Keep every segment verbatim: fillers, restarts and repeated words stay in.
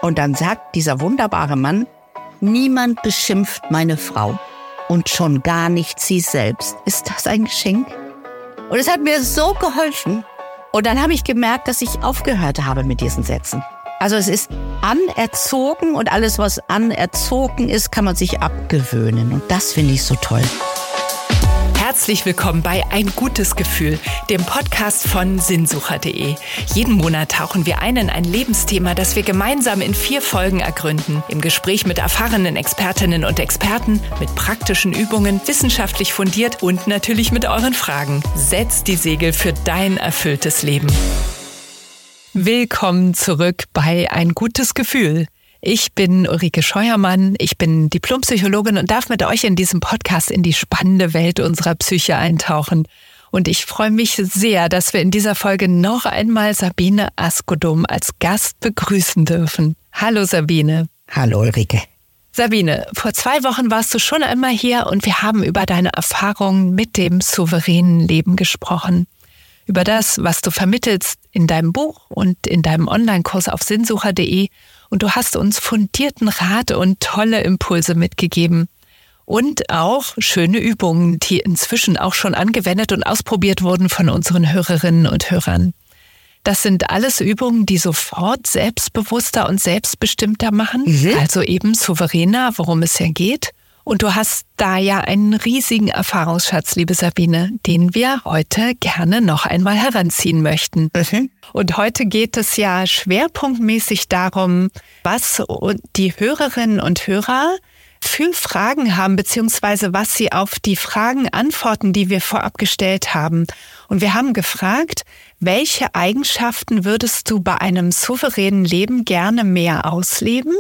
Und dann sagt dieser wunderbare Mann, niemand beschimpft meine Frau und schon gar nicht sie selbst. Ist das ein Geschenk? Und es hat mir so geholfen. Und dann habe ich gemerkt, dass ich aufgehört habe mit diesen Sätzen. Also es ist anerzogen und alles, was anerzogen ist, kann man sich abgewöhnen. Und das finde ich so toll. Herzlich willkommen bei Ein gutes Gefühl, dem Podcast von sinnsucher punkt de. Jeden Monat tauchen wir ein in ein Lebensthema, das wir gemeinsam in vier Folgen ergründen. Im Gespräch mit erfahrenen Expertinnen und Experten, mit praktischen Übungen, wissenschaftlich fundiert und natürlich mit euren Fragen. Setz die Segel für dein erfülltes Leben. Willkommen zurück bei Ein gutes Gefühl. Ich bin Ulrike Scheuermann, ich bin Diplompsychologin und darf mit euch in diesem Podcast in die spannende Welt unserer Psyche eintauchen. Und ich freue mich sehr, dass wir in dieser Folge noch einmal Sabine Askodum als Gast begrüßen dürfen. Hallo Sabine. Hallo Ulrike. Sabine, vor zwei Wochen warst du schon einmal hier und wir haben über deine Erfahrungen mit dem souveränen Leben gesprochen. Über das, was du vermittelst in deinem Buch und in deinem Online-Kurs auf sinnsucher punkt de. Und du hast uns fundierten Rat und tolle Impulse mitgegeben. Und auch schöne Übungen, die inzwischen auch schon angewendet und ausprobiert wurden von unseren Hörerinnen und Hörern. Das sind alles Übungen, die sofort selbstbewusster und selbstbestimmter machen. Mhm. Also eben souveräner, worum es ja geht. Und du hast da ja einen riesigen Erfahrungsschatz, liebe Sabine, den wir heute gerne noch einmal heranziehen möchten. Mhm. Und heute geht es ja schwerpunktmäßig darum, was die Hörerinnen und Hörer für Fragen haben, beziehungsweise was sie auf die Fragen antworten, die wir vorab gestellt haben. Und wir haben gefragt, welche Eigenschaften würdest du bei einem souveränen Leben gerne mehr ausleben?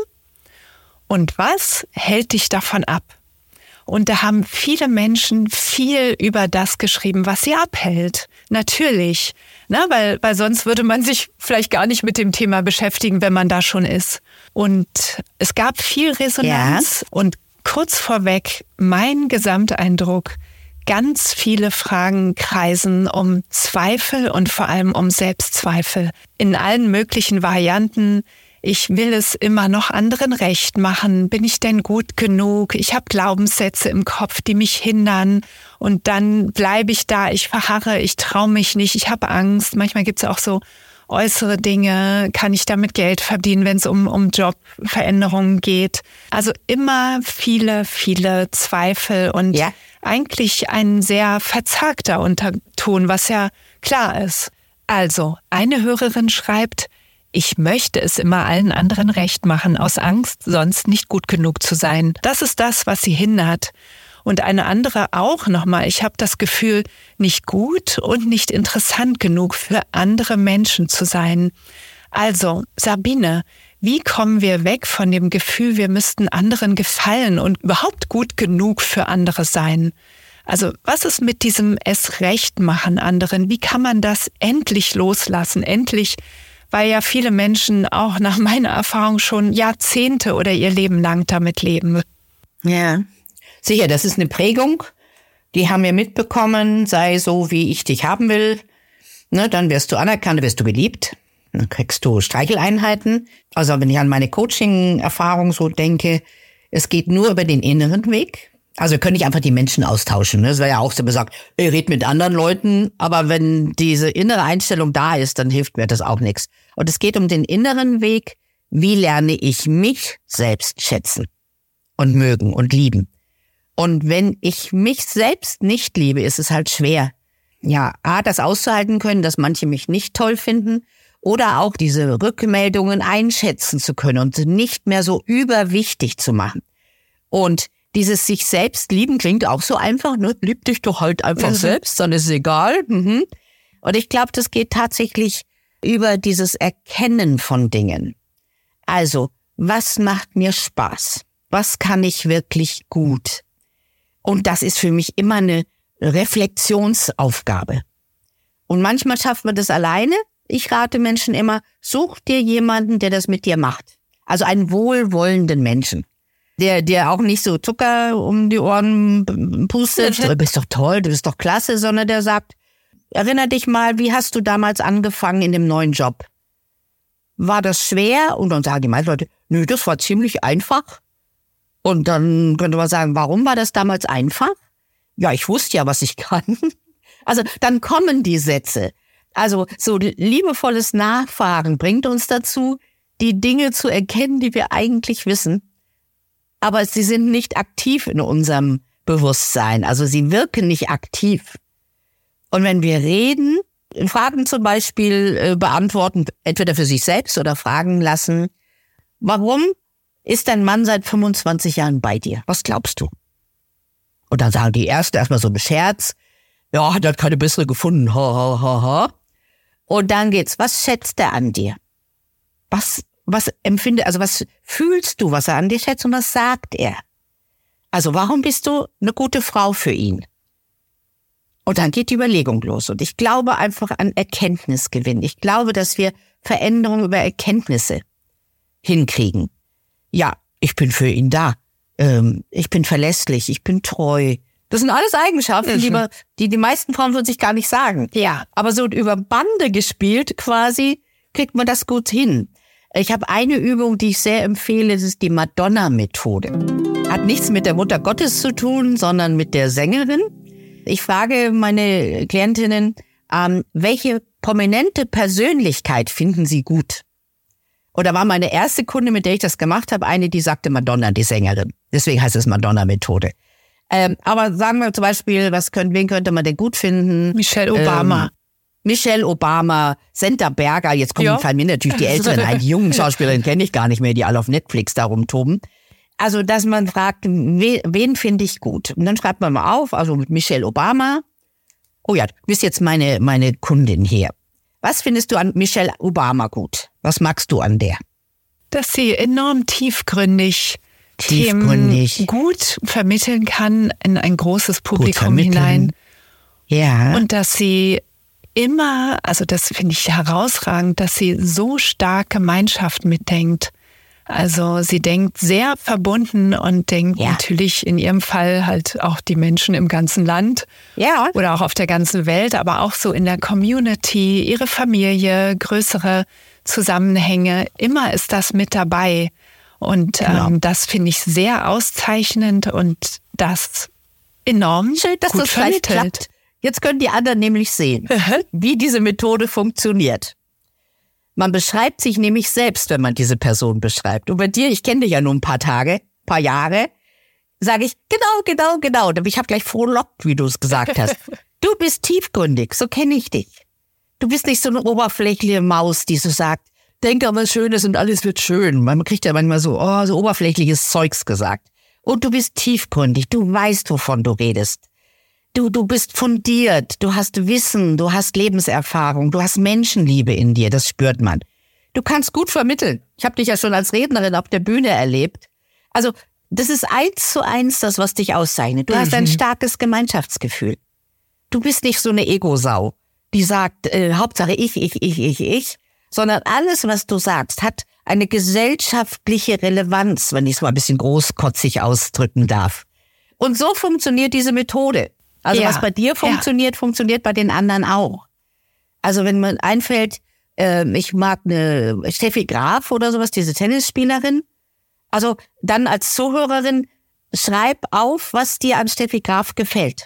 Und was hält dich davon ab? Und da haben viele Menschen viel über das geschrieben, was sie abhält. Natürlich, ne? weil, weil sonst würde man sich vielleicht gar nicht mit dem Thema beschäftigen, wenn man da schon ist. Und es gab viel Resonanz. Ja. Und kurz vorweg, mein Gesamteindruck, ganz viele Fragen kreisen um Zweifel und vor allem um Selbstzweifel. In allen möglichen Varianten. Ich will es immer noch anderen recht machen. Bin ich denn gut genug? Ich habe Glaubenssätze im Kopf, die mich hindern. Und dann bleibe ich da, ich verharre, ich traue mich nicht, ich habe Angst. Manchmal gibt es auch so äußere Dinge. Kann ich damit Geld verdienen, wenn es um, um Jobveränderungen geht? Also immer viele, viele Zweifel und ja. Eigentlich ein sehr verzagter Unterton, was ja klar ist. Also, eine Hörerin schreibt, ich möchte es immer allen anderen recht machen, aus Angst, sonst nicht gut genug zu sein. Das ist das, was sie hindert. Und eine andere auch nochmal, ich habe das Gefühl, nicht gut und nicht interessant genug für andere Menschen zu sein. Also, Sabine, wie kommen wir weg von dem Gefühl, wir müssten anderen gefallen und überhaupt gut genug für andere sein? Also, was ist mit diesem es recht machen anderen? Wie kann man das endlich loslassen, endlich, weil ja viele Menschen auch nach meiner Erfahrung schon Jahrzehnte oder ihr Leben lang damit leben. Ja, sicher, das ist eine Prägung, die haben wir mitbekommen, sei so, wie ich dich haben will. Ne, dann wirst du anerkannt, dann wirst du geliebt, dann kriegst du Streicheleinheiten. Also wenn ich an meine Coaching-Erfahrung so denke, es geht nur über den inneren Weg. Also wir können nicht einfach die Menschen austauschen. Ne? Es wäre ja auch so gesagt, ich rede mit anderen Leuten, aber wenn diese innere Einstellung da ist, dann hilft mir das auch nichts. Und es geht um den inneren Weg, wie lerne ich mich selbst schätzen und mögen und lieben. Und wenn ich mich selbst nicht liebe, ist es halt schwer. Ja, A, das auszuhalten können, dass manche mich nicht toll finden oder auch diese Rückmeldungen einschätzen zu können und nicht mehr so überwichtig zu machen. Und dieses sich selbst lieben klingt auch so einfach, ne? Lieb dich doch halt einfach mhm. selbst, dann ist es egal. Mhm. Und ich glaube, das geht tatsächlich über dieses Erkennen von Dingen. Also, was macht mir Spaß? Was kann ich wirklich gut? Und das ist für mich immer eine Reflexionsaufgabe. Und manchmal schafft man das alleine. Ich rate Menschen immer, such dir jemanden, der das mit dir macht. Also einen wohlwollenden Menschen. Der der auch nicht so Zucker um die Ohren pustet, du bist doch toll, du bist doch klasse, sondern der sagt, erinner dich mal, wie hast du damals angefangen in dem neuen Job? war das schwer? Und dann sagen die meisten Leute, nö, das war ziemlich einfach. Und dann könnte man sagen, warum war das damals einfach? Ja, ich wusste ja, was ich kann. Also dann kommen die Sätze. Also so liebevolles Nachfragen bringt uns dazu, die Dinge zu erkennen, die wir eigentlich wissen. Aber sie sind nicht aktiv in unserem Bewusstsein. Also sie wirken nicht aktiv. Und wenn wir reden, Fragen zum Beispiel äh, beantworten, entweder für sich selbst oder fragen lassen, warum ist dein Mann seit fünfundzwanzig Jahren bei dir? Was glaubst du? Und dann sagen die Ersten erstmal so einen Scherz, ja, hat er keine bessere gefunden, ha, ha, ha, ha. Und dann geht's, was schätzt er an dir? Was, was empfinde, also was fühlst du, was er an dir schätzt und was sagt er? Also warum bist du eine gute Frau für ihn? Und dann geht die Überlegung los. Und ich glaube einfach an Erkenntnisgewinn. Ich glaube, dass wir Veränderungen über Erkenntnisse hinkriegen. Ja, ich bin für ihn da. Ähm, ich bin verlässlich, ich bin treu. Das sind alles Eigenschaften, mhm. die, man, die die meisten Frauen würden sich gar nicht sagen. Ja. Aber so über Bande gespielt quasi, kriegt man das gut hin. Ich habe eine Übung, die ich sehr empfehle, das ist die Madonna-Methode. Hat nichts mit der Mutter Gottes zu tun, sondern mit der Sängerin. Ich frage meine Klientinnen, ähm, welche prominente Persönlichkeit finden sie gut? Oder war meine erste Kunde, mit der ich das gemacht habe, eine, die sagte Madonna, die Sängerin. Deswegen heißt es Madonna-Methode. Ähm, aber sagen wir zum Beispiel, was können, wen könnte man denn gut finden? Michelle Obama. Ähm, Michelle Obama, Senta Berger, jetzt kommen ja. fallen mir natürlich die Älteren ein, die jungen Schauspielerinnen kenne ich gar nicht mehr, die alle auf Netflix da rumtoben. Also, dass man fragt, wen, wen finde ich gut? Und dann schreibt man mal auf, also mit Michelle Obama. Oh ja, du bist jetzt meine, meine Kundin hier. Was findest du an Michelle Obama gut? Was magst du an der? Dass sie enorm tiefgründig, tiefgründig Themen gut vermitteln kann in ein großes Publikum hinein. Ja. Und dass sie immer, also das finde ich herausragend, dass sie so stark Gemeinschaft mitdenkt. Also sie denkt sehr verbunden und denkt ja. natürlich in ihrem Fall halt auch die Menschen im ganzen Land ja. oder auch auf der ganzen Welt, aber auch so in der Community, ihre Familie, größere Zusammenhänge. Immer ist das mit dabei. Und genau. ähm, das finde ich sehr auszeichnend und das enorm schön, dass gut das vielleicht klappt. Jetzt können die anderen nämlich sehen, wie diese Methode funktioniert. Man beschreibt sich nämlich selbst, wenn man diese Person beschreibt. Und bei dir, ich kenne dich ja nur ein paar Tage, paar Jahre, sage ich, genau, genau, genau. Ich habe gleich frohlockt, wie du es gesagt hast. Du bist tiefgründig, so kenne ich dich. Du bist nicht so eine oberflächliche Maus, die so sagt, denk an was Schönes und alles wird schön. Man kriegt ja manchmal so, oh, so oberflächliches Zeugs gesagt. Und du bist tiefgründig, du weißt, wovon du redest. Du, du bist fundiert, du hast Wissen, du hast Lebenserfahrung, du hast Menschenliebe in dir, das spürt man. Du kannst gut vermitteln. Ich habe dich ja schon als Rednerin auf der Bühne erlebt. Also das ist eins zu eins das, was dich auszeichnet. Du mhm. hast ein starkes Gemeinschaftsgefühl. Du bist nicht so eine Ego-Sau, die sagt, äh, Hauptsache ich, ich, ich, ich, ich, sondern alles, was du sagst, hat eine gesellschaftliche Relevanz, wenn ich es mal ein bisschen großkotzig ausdrücken darf. Und so funktioniert diese Methode. Also ja, was bei dir funktioniert, ja. funktioniert bei den anderen auch. Also wenn man einfällt, äh, ich mag eine Steffi Graf oder sowas, diese Tennisspielerin. Also dann als Zuhörerin, schreib auf, was dir an Steffi Graf gefällt.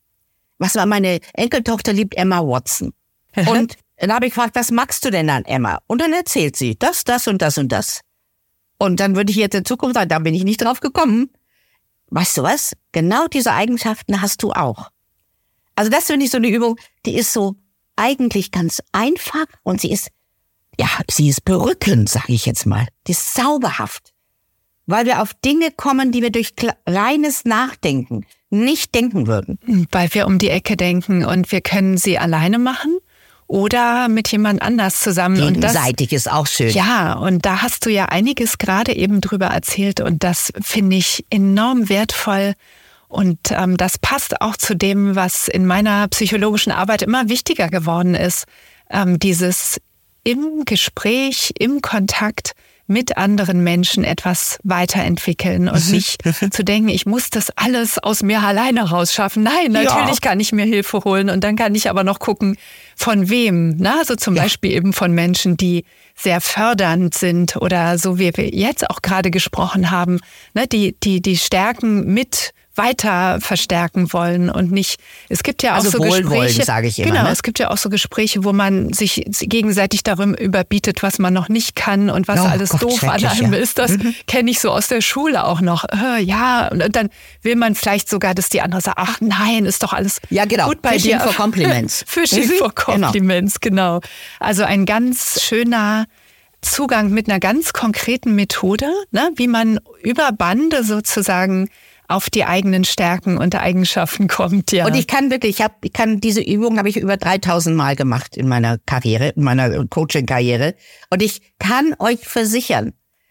Was war meine Enkeltochter liebt Emma Watson. Und dann habe ich gefragt, was magst du denn an Emma? Und dann erzählt sie das, das und das und das. Und dann würde ich jetzt in Zukunft sagen, da bin ich nicht drauf gekommen. Weißt du was? Genau diese Eigenschaften hast du auch. Also das finde ich so eine Übung, die ist so eigentlich ganz einfach und sie ist, ja, sie ist berückend, sage ich jetzt mal. Die ist zauberhaft. Weil wir auf Dinge kommen, die wir durch reines Nachdenken nicht denken würden. Weil wir um die Ecke denken und wir können sie alleine machen oder mit jemand anders zusammen. Gegenseitig ist auch schön. Ja, und da hast du ja einiges gerade eben drüber erzählt und das finde ich enorm wertvoll. Und ähm, das passt auch zu dem, was in meiner psychologischen Arbeit immer wichtiger geworden ist. Ähm, dieses im Gespräch, im Kontakt mit anderen Menschen etwas weiterentwickeln und nicht zu denken, ich muss das alles aus mir alleine rausschaffen. Nein, natürlich ja. kann ich mir Hilfe holen und dann kann ich aber noch gucken, von wem. Na, also zum ja. Beispiel eben von Menschen, die sehr fördernd sind oder so wie wir jetzt auch gerade gesprochen haben, ne, die, die, die Stärken mit weiter verstärken wollen und nicht, es gibt ja auch also so Gespräche, sage ich immer, genau, ne? es gibt ja auch so Gespräche, wo man sich gegenseitig darum überbietet, was man noch nicht kann und was oh, alles Gott, doof an einem ja. ist. Das mhm. kenne ich so aus der Schule auch noch. Äh, ja, und dann will man vielleicht sogar, dass die andere sagt, ach nein, ist doch alles ja, genau. gut bei Fishing dir. for Compliments. Fishing mhm. for Compliments, genau. genau. Also ein ganz schöner Zugang mit einer ganz konkreten Methode, ne, wie man über Bande sozusagen auf die eigenen Stärken und Eigenschaften kommt, ja. Und ich kann wirklich, ich, hab, ich kann diese Übung habe ich über dreitausend Mal gemacht in meiner Karriere, in meiner Coaching-Karriere. Und ich kann euch versichern,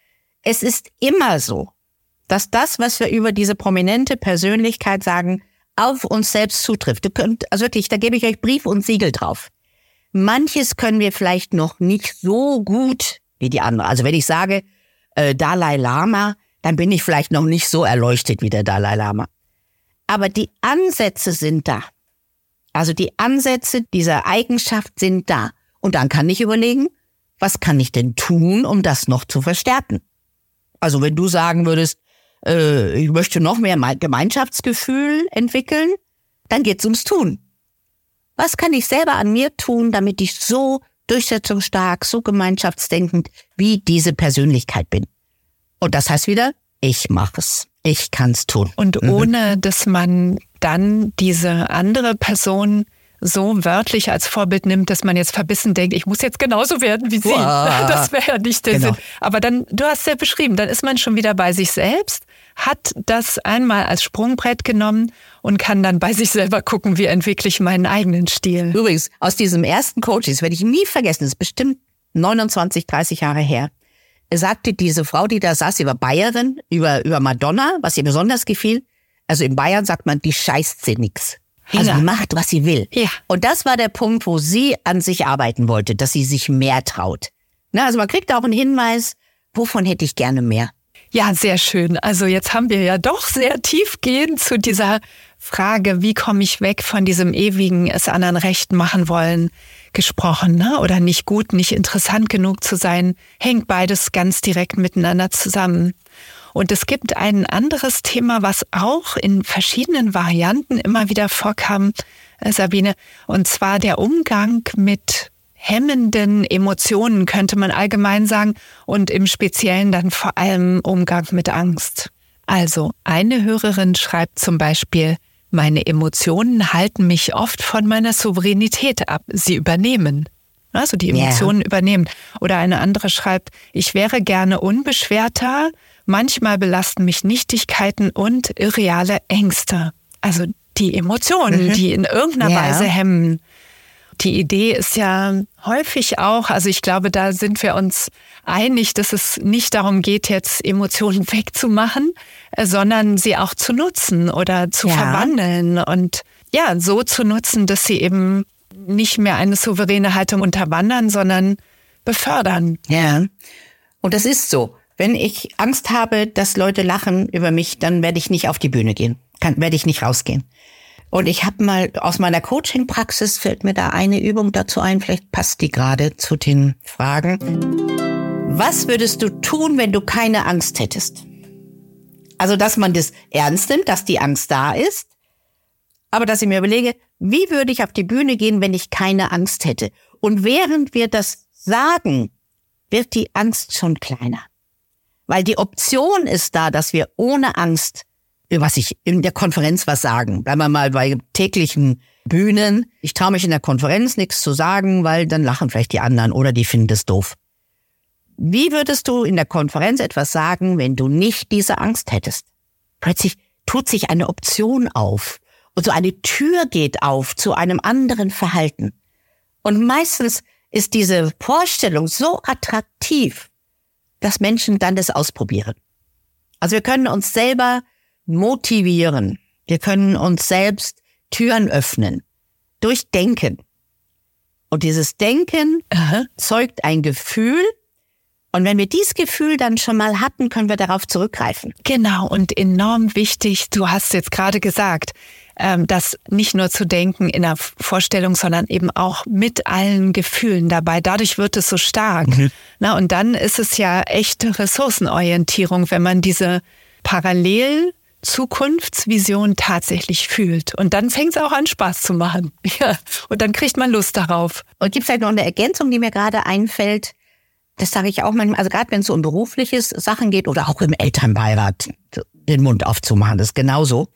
es ist immer so, dass das, was wir über diese prominente Persönlichkeit sagen, auf uns selbst zutrifft. Ihr könnt, also wirklich, da gebe ich euch Brief und Siegel drauf. Manches können wir vielleicht noch nicht so gut wie die anderen. Also wenn ich sage, äh, Dalai Lama, dann bin ich vielleicht noch nicht so erleuchtet wie der Dalai Lama. Aber die Ansätze sind da. Also die Ansätze dieser Eigenschaft sind da. Und dann kann ich überlegen, was kann ich denn tun, um das noch zu verstärken? Also wenn du sagen würdest, äh, ich möchte noch mehr Gemeinschaftsgefühl entwickeln, dann geht's ums Tun. Was kann ich selber an mir tun, damit ich so durchsetzungsstark, so gemeinschaftsdenkend wie diese Persönlichkeit bin? Und das heißt wieder, ich mache es. Ich kann es tun. Und ohne, mhm. dass man dann diese andere Person so wörtlich als Vorbild nimmt, dass man jetzt verbissen denkt, ich muss jetzt genauso werden wie sie. Wow. Das wäre ja nicht der genau. Sinn. Aber dann, du hast ja beschrieben, dann ist man schon wieder bei sich selbst, hat das einmal als Sprungbrett genommen und kann dann bei sich selber gucken, wie entwickle ich meinen eigenen Stil. Übrigens, aus diesem ersten Coaching, das werde ich nie vergessen, das ist bestimmt neunundzwanzig, dreißig Jahre her, sagte diese Frau, die da saß, sie war Bayerin, über, über Madonna, was ihr besonders gefiel. Also in Bayern sagt man, die scheißt sie nix. Also ja. macht, was sie will. Ja. Und das war der Punkt, wo sie an sich arbeiten wollte, dass sie sich mehr traut. Na, also man kriegt auch einen Hinweis, wovon hätte ich gerne mehr. Ja, sehr schön. Also jetzt haben wir ja doch sehr tiefgehend zu dieser Frage, wie komme ich weg von diesem ewigen es anderen recht machen wollen gesprochen, ne? Oder nicht gut, nicht interessant genug zu sein, hängt beides ganz direkt miteinander zusammen. Und es gibt ein anderes Thema, was auch in verschiedenen Varianten immer wieder vorkam, Sabine, und zwar der Umgang mit hemmenden Emotionen, könnte man allgemein sagen, und im Speziellen dann vor allem Umgang mit Angst. Also eine Hörerin schreibt zum Beispiel, meine Emotionen halten mich oft von meiner Souveränität ab. Sie übernehmen. Also die Emotionen yeah. übernehmen. Oder eine andere schreibt, ich wäre gerne unbeschwerter, manchmal belasten mich Nichtigkeiten und irreale Ängste. Also die Emotionen, mhm. die in irgendeiner yeah. Weise hemmen. Die Idee ist ja häufig auch, also ich glaube, da sind wir uns einig, dass es nicht darum geht, jetzt Emotionen wegzumachen, sondern sie auch zu nutzen oder zu ja. verwandeln und ja, so zu nutzen, dass sie eben nicht mehr eine souveräne Haltung unterwandern, sondern befördern. Ja, und das ist so. Wenn ich Angst habe, dass Leute lachen über mich, dann werde ich nicht auf die Bühne gehen, kann, werde ich nicht rausgehen. Und ich habe mal aus meiner Coaching-Praxis, fällt mir da eine Übung dazu ein, vielleicht passt die gerade zu den Fragen. Was würdest du tun, wenn du keine Angst hättest? Also, dass man das ernst nimmt, dass die Angst da ist, aber dass ich mir überlege, wie würde ich auf die Bühne gehen, wenn ich keine Angst hätte? Und während wir das sagen, wird die Angst schon kleiner. Weil die Option ist da, dass wir ohne Angst was ich in der Konferenz was sagen. Bleiben wir mal bei täglichen Bühnen. Ich traue mich in der Konferenz nichts zu sagen, weil dann lachen vielleicht die anderen oder die finden es doof. Wie würdest du in der Konferenz etwas sagen, wenn du nicht diese Angst hättest? Plötzlich tut sich eine Option auf und so eine Tür geht auf zu einem anderen Verhalten. Und meistens ist diese Vorstellung so attraktiv, dass Menschen dann das ausprobieren. Also wir können uns selber motivieren. Wir können uns selbst Türen öffnen. Durch Denken. Und dieses Denken Aha. zeugt ein Gefühl Und wenn wir dieses Gefühl dann schon mal hatten, können wir darauf zurückgreifen. Genau, und enorm wichtig, du hast jetzt gerade gesagt, das nicht nur zu denken in der Vorstellung, sondern eben auch mit allen Gefühlen dabei. Dadurch wird es so stark. Mhm. Na, und dann ist es ja echte Ressourcenorientierung, wenn man diese Parallel-Zukunftsvision tatsächlich fühlt. Und dann fängt es auch an, Spaß zu machen. Ja. Und dann kriegt man Lust darauf. Und gibt es vielleicht noch eine Ergänzung, die mir gerade einfällt? Das sage ich auch manchmal, also gerade wenn es so um berufliches Sachen geht oder auch im Elternbeirat, den Mund aufzumachen, das ist genauso.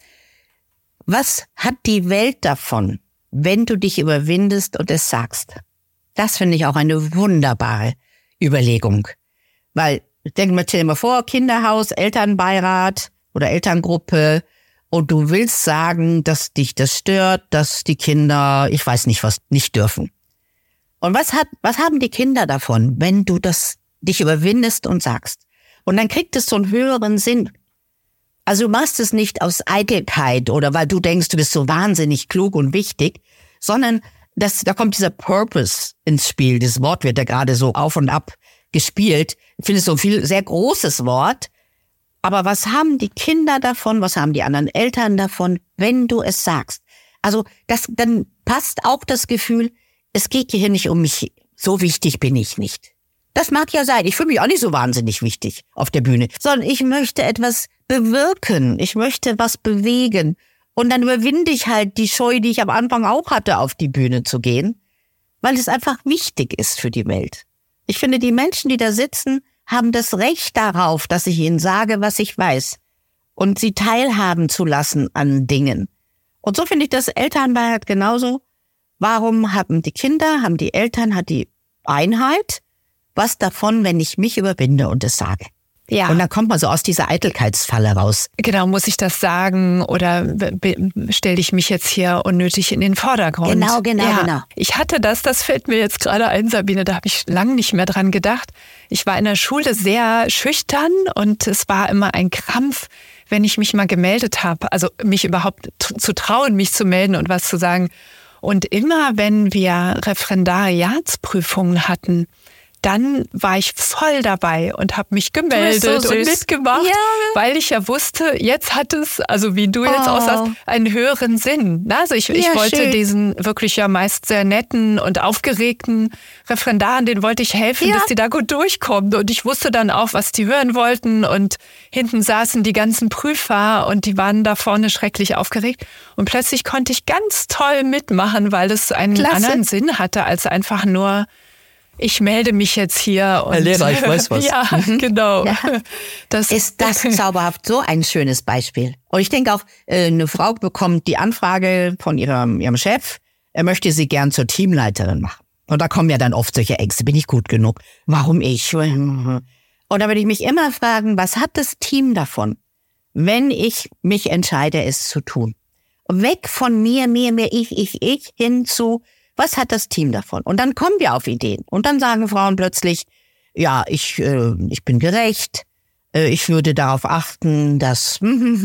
Was hat die Welt davon, wenn du dich überwindest und es sagst? Das finde ich auch eine wunderbare Überlegung. Weil, denk mal, stell dir mal vor, Kinderhaus, Elternbeirat oder Elterngruppe und du willst sagen, dass dich das stört, dass die Kinder, ich weiß nicht was, nicht dürfen. Und was hat, was haben die Kinder davon, wenn du das dich überwindest und sagst? Und dann kriegt es so einen höheren Sinn. Also du machst es nicht aus Eitelkeit oder weil du denkst, du bist so wahnsinnig klug und wichtig, sondern das, da kommt dieser Purpose ins Spiel. Das Wort wird da gerade so auf und ab gespielt. Ich finde es so ein viel, sehr großes Wort. Aber was haben die Kinder davon? Was haben die anderen Eltern davon, wenn du es sagst? Also das, dann passt auch das Gefühl, es geht hier nicht um mich. So wichtig bin ich nicht. Das mag ja sein. Ich fühle mich auch nicht so wahnsinnig wichtig auf der Bühne, sondern ich möchte etwas bewirken. Ich möchte was bewegen. Und dann überwinde ich halt die Scheu, die ich am Anfang auch hatte, auf die Bühne zu gehen, weil es einfach wichtig ist für die Welt. Ich finde, die Menschen, die da sitzen, haben das Recht darauf, dass ich ihnen sage, was ich weiß und sie teilhaben zu lassen an Dingen. Und so finde ich das Elternbeirat genauso. Warum haben die Kinder, haben die Eltern, hat die Einheit was davon, wenn ich mich überwinde und es sage? Ja. Und dann kommt man so aus dieser Eitelkeitsfalle raus. Genau, muss ich das sagen oder stelle ich mich jetzt hier unnötig in den Vordergrund? Genau, genau, ja. genau. Ich hatte das, das fällt mir jetzt gerade ein, Sabine, da habe ich lange nicht mehr dran gedacht. Ich war in der Schule sehr schüchtern und es war immer ein Krampf, wenn ich mich mal gemeldet habe. Also mich überhaupt zu trauen, mich zu melden und was zu sagen. Und immer, wenn wir Referendariatsprüfungen hatten, dann war ich voll dabei und habe mich gemeldet so und mitgemacht, ja. Weil ich ja wusste, jetzt hat es, also wie du jetzt oh. auch sagst, einen höheren Sinn. Also ich, ja, ich wollte schön. diesen wirklich ja meist sehr netten und aufgeregten Referendaren, denen wollte ich helfen, ja. dass die da gut durchkommen. Und ich wusste dann auch, was die hören wollten. Und hinten saßen die ganzen Prüfer und die waren da vorne schrecklich aufgeregt. Und plötzlich konnte ich ganz toll mitmachen, weil es einen Klasse. anderen Sinn hatte, als einfach nur ich melde mich jetzt hier. Und Herr Lehrer, ich weiß was. Ja, mhm. genau. Ja. Das ist das zauberhaft, so ein schönes Beispiel. Und ich denke auch, eine Frau bekommt die Anfrage von ihrem, ihrem Chef, er möchte sie gern zur Teamleiterin machen. Und da kommen ja dann oft solche Ängste, bin ich gut genug? Warum ich? Und da würde ich mich immer fragen, was hat das Team davon, wenn ich mich entscheide, es zu tun? Weg von mir, mir, mir, ich, ich, ich, hin zu was hat das Team davon? Und dann kommen wir auf Ideen. Und dann sagen Frauen plötzlich, ja, ich äh, ich bin gerecht, äh, ich würde darauf achten, dass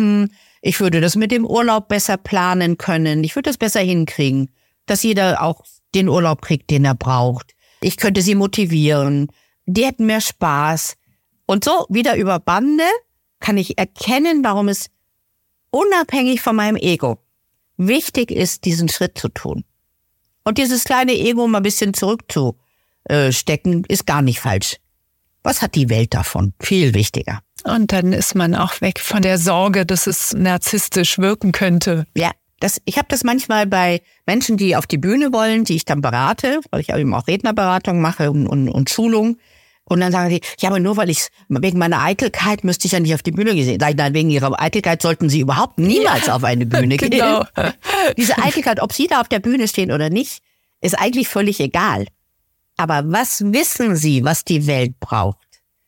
ich würde das mit dem Urlaub besser planen können, ich würde das besser hinkriegen, dass jeder auch den Urlaub kriegt, den er braucht. Ich könnte sie motivieren, die hätten mehr Spaß. Und so wieder über Bande kann ich erkennen, warum es unabhängig von meinem Ego wichtig ist, diesen Schritt zu tun. Und dieses kleine Ego mal ein bisschen zurückzustecken, ist gar nicht falsch. Was hat die Welt davon? Viel wichtiger. Und dann ist man auch weg von der Sorge, dass es narzisstisch wirken könnte. Ja, das, ich habe das manchmal bei Menschen, die auf die Bühne wollen, die ich dann berate, weil ich eben auch Rednerberatung mache und, und, und Schulung. Und dann sagen sie, ja, aber nur weil ich wegen meiner Eitelkeit müsste ich ja nicht auf die Bühne gehen. Sag ich, nein, wegen ihrer Eitelkeit sollten sie überhaupt niemals ja, auf eine Bühne gehen. Genau. Diese Eitelkeit, ob sie da auf der Bühne stehen oder nicht, ist eigentlich völlig egal. Aber was wissen sie, was die Welt braucht?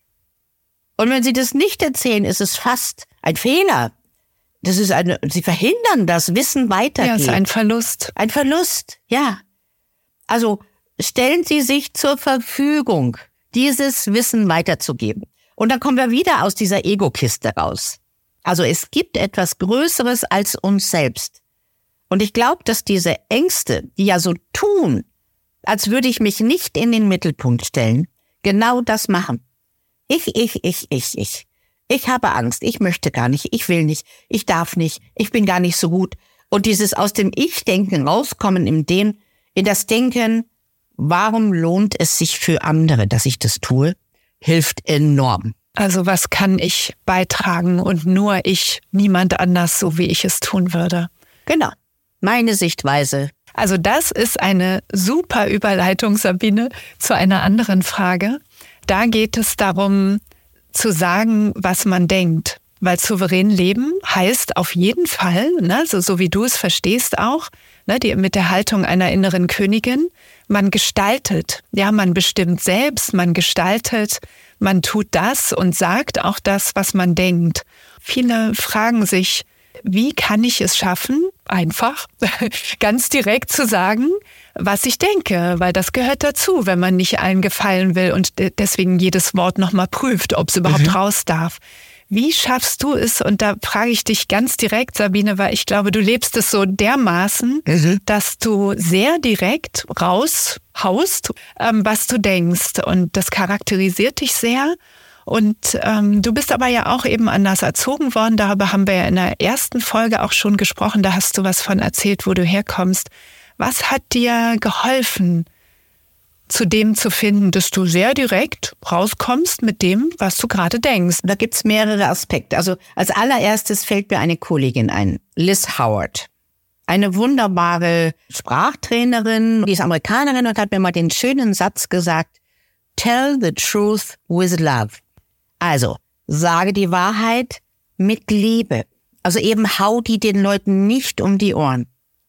Und wenn sie das nicht erzählen, ist es fast ein Fehler. Das ist eine, sie verhindern, dass Wissen weitergeht. Ja, es ist ein Verlust. Ein Verlust, ja. Also stellen Sie sich zur Verfügung, dieses Wissen weiterzugeben. Und dann kommen wir wieder aus dieser Ego-Kiste raus. Also es gibt etwas Größeres als uns selbst. Und ich glaube, dass diese Ängste, die ja so tun, als würde ich mich nicht in den Mittelpunkt stellen, genau das machen. Ich, ich, ich, ich, ich. Ich habe Angst, ich möchte gar nicht, ich will nicht, ich darf nicht, ich bin gar nicht so gut. Und dieses aus dem Ich-Denken rauskommen in dem, in das Denken, warum lohnt es sich für andere, dass ich das tue, hilft enorm. Also was kann ich beitragen und nur ich, niemand anders, so wie ich es tun würde. Genau, meine Sichtweise. Also das ist eine super Überleitung, Sabine, zu einer anderen Frage. Da geht es darum, zu sagen, was man denkt. Weil souverän leben heißt auf jeden Fall, ne, so, so wie du es verstehst auch, ne, die, mit der Haltung einer inneren Königin, man gestaltet, ja, man bestimmt selbst, man gestaltet, man tut das und sagt auch das, was man denkt. Viele fragen sich, wie kann ich es schaffen, einfach, ganz direkt zu sagen, was ich denke, weil das gehört dazu, wenn man nicht allen gefallen will und deswegen jedes Wort nochmal prüft, ob es überhaupt mhm. raus darf. Wie schaffst du es? Und da frage ich dich ganz direkt, Sabine, weil ich glaube, du lebst es so dermaßen, mhm. dass du sehr direkt raushaust, ähm, was du denkst. Und das charakterisiert dich sehr. Und ähm, du bist aber ja auch eben anders erzogen worden. Darüber haben wir ja in der ersten Folge auch schon gesprochen. Da hast du was von erzählt, wo du herkommst. Was hat dir geholfen, zu dem zu finden, dass du sehr direkt rauskommst mit dem, was du gerade denkst? Da gibt's mehrere Aspekte. Also als allererstes fällt mir eine Kollegin ein, Liz Howard. Eine wunderbare Sprachtrainerin, die ist Amerikanerin und hat mir mal den schönen Satz gesagt, tell the truth with love. Also, sage die Wahrheit mit Liebe. Also eben hau die den Leuten nicht um die Ohren,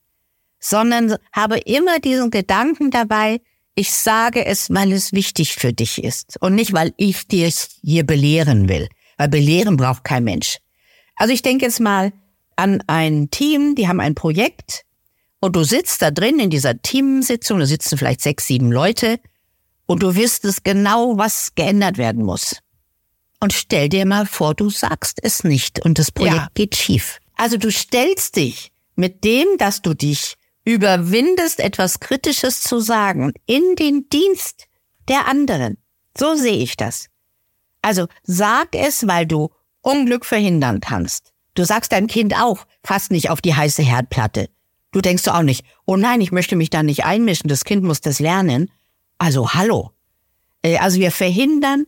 sondern habe immer diesen Gedanken dabei, ich sage es, weil es wichtig für dich ist und nicht, weil ich dir hier belehren will. Weil belehren braucht kein Mensch. Also ich denke jetzt mal an ein Team, die haben ein Projekt und du sitzt da drin in dieser Teamsitzung, da sitzen vielleicht sechs, sieben Leute und du wüsstest genau, was geändert werden muss. Und stell dir mal vor, du sagst es nicht und das Projekt ja. geht schief. Also du stellst dich mit dem, dass du dich überwindest, etwas Kritisches zu sagen, in den Dienst der anderen. So sehe ich das. Also sag es, weil du Unglück verhindern kannst. Du sagst deinem Kind auch, fass nicht auf die heiße Herdplatte. Du denkst auch nicht, oh nein, ich möchte mich da nicht einmischen, das Kind muss das lernen. Also hallo. Also wir verhindern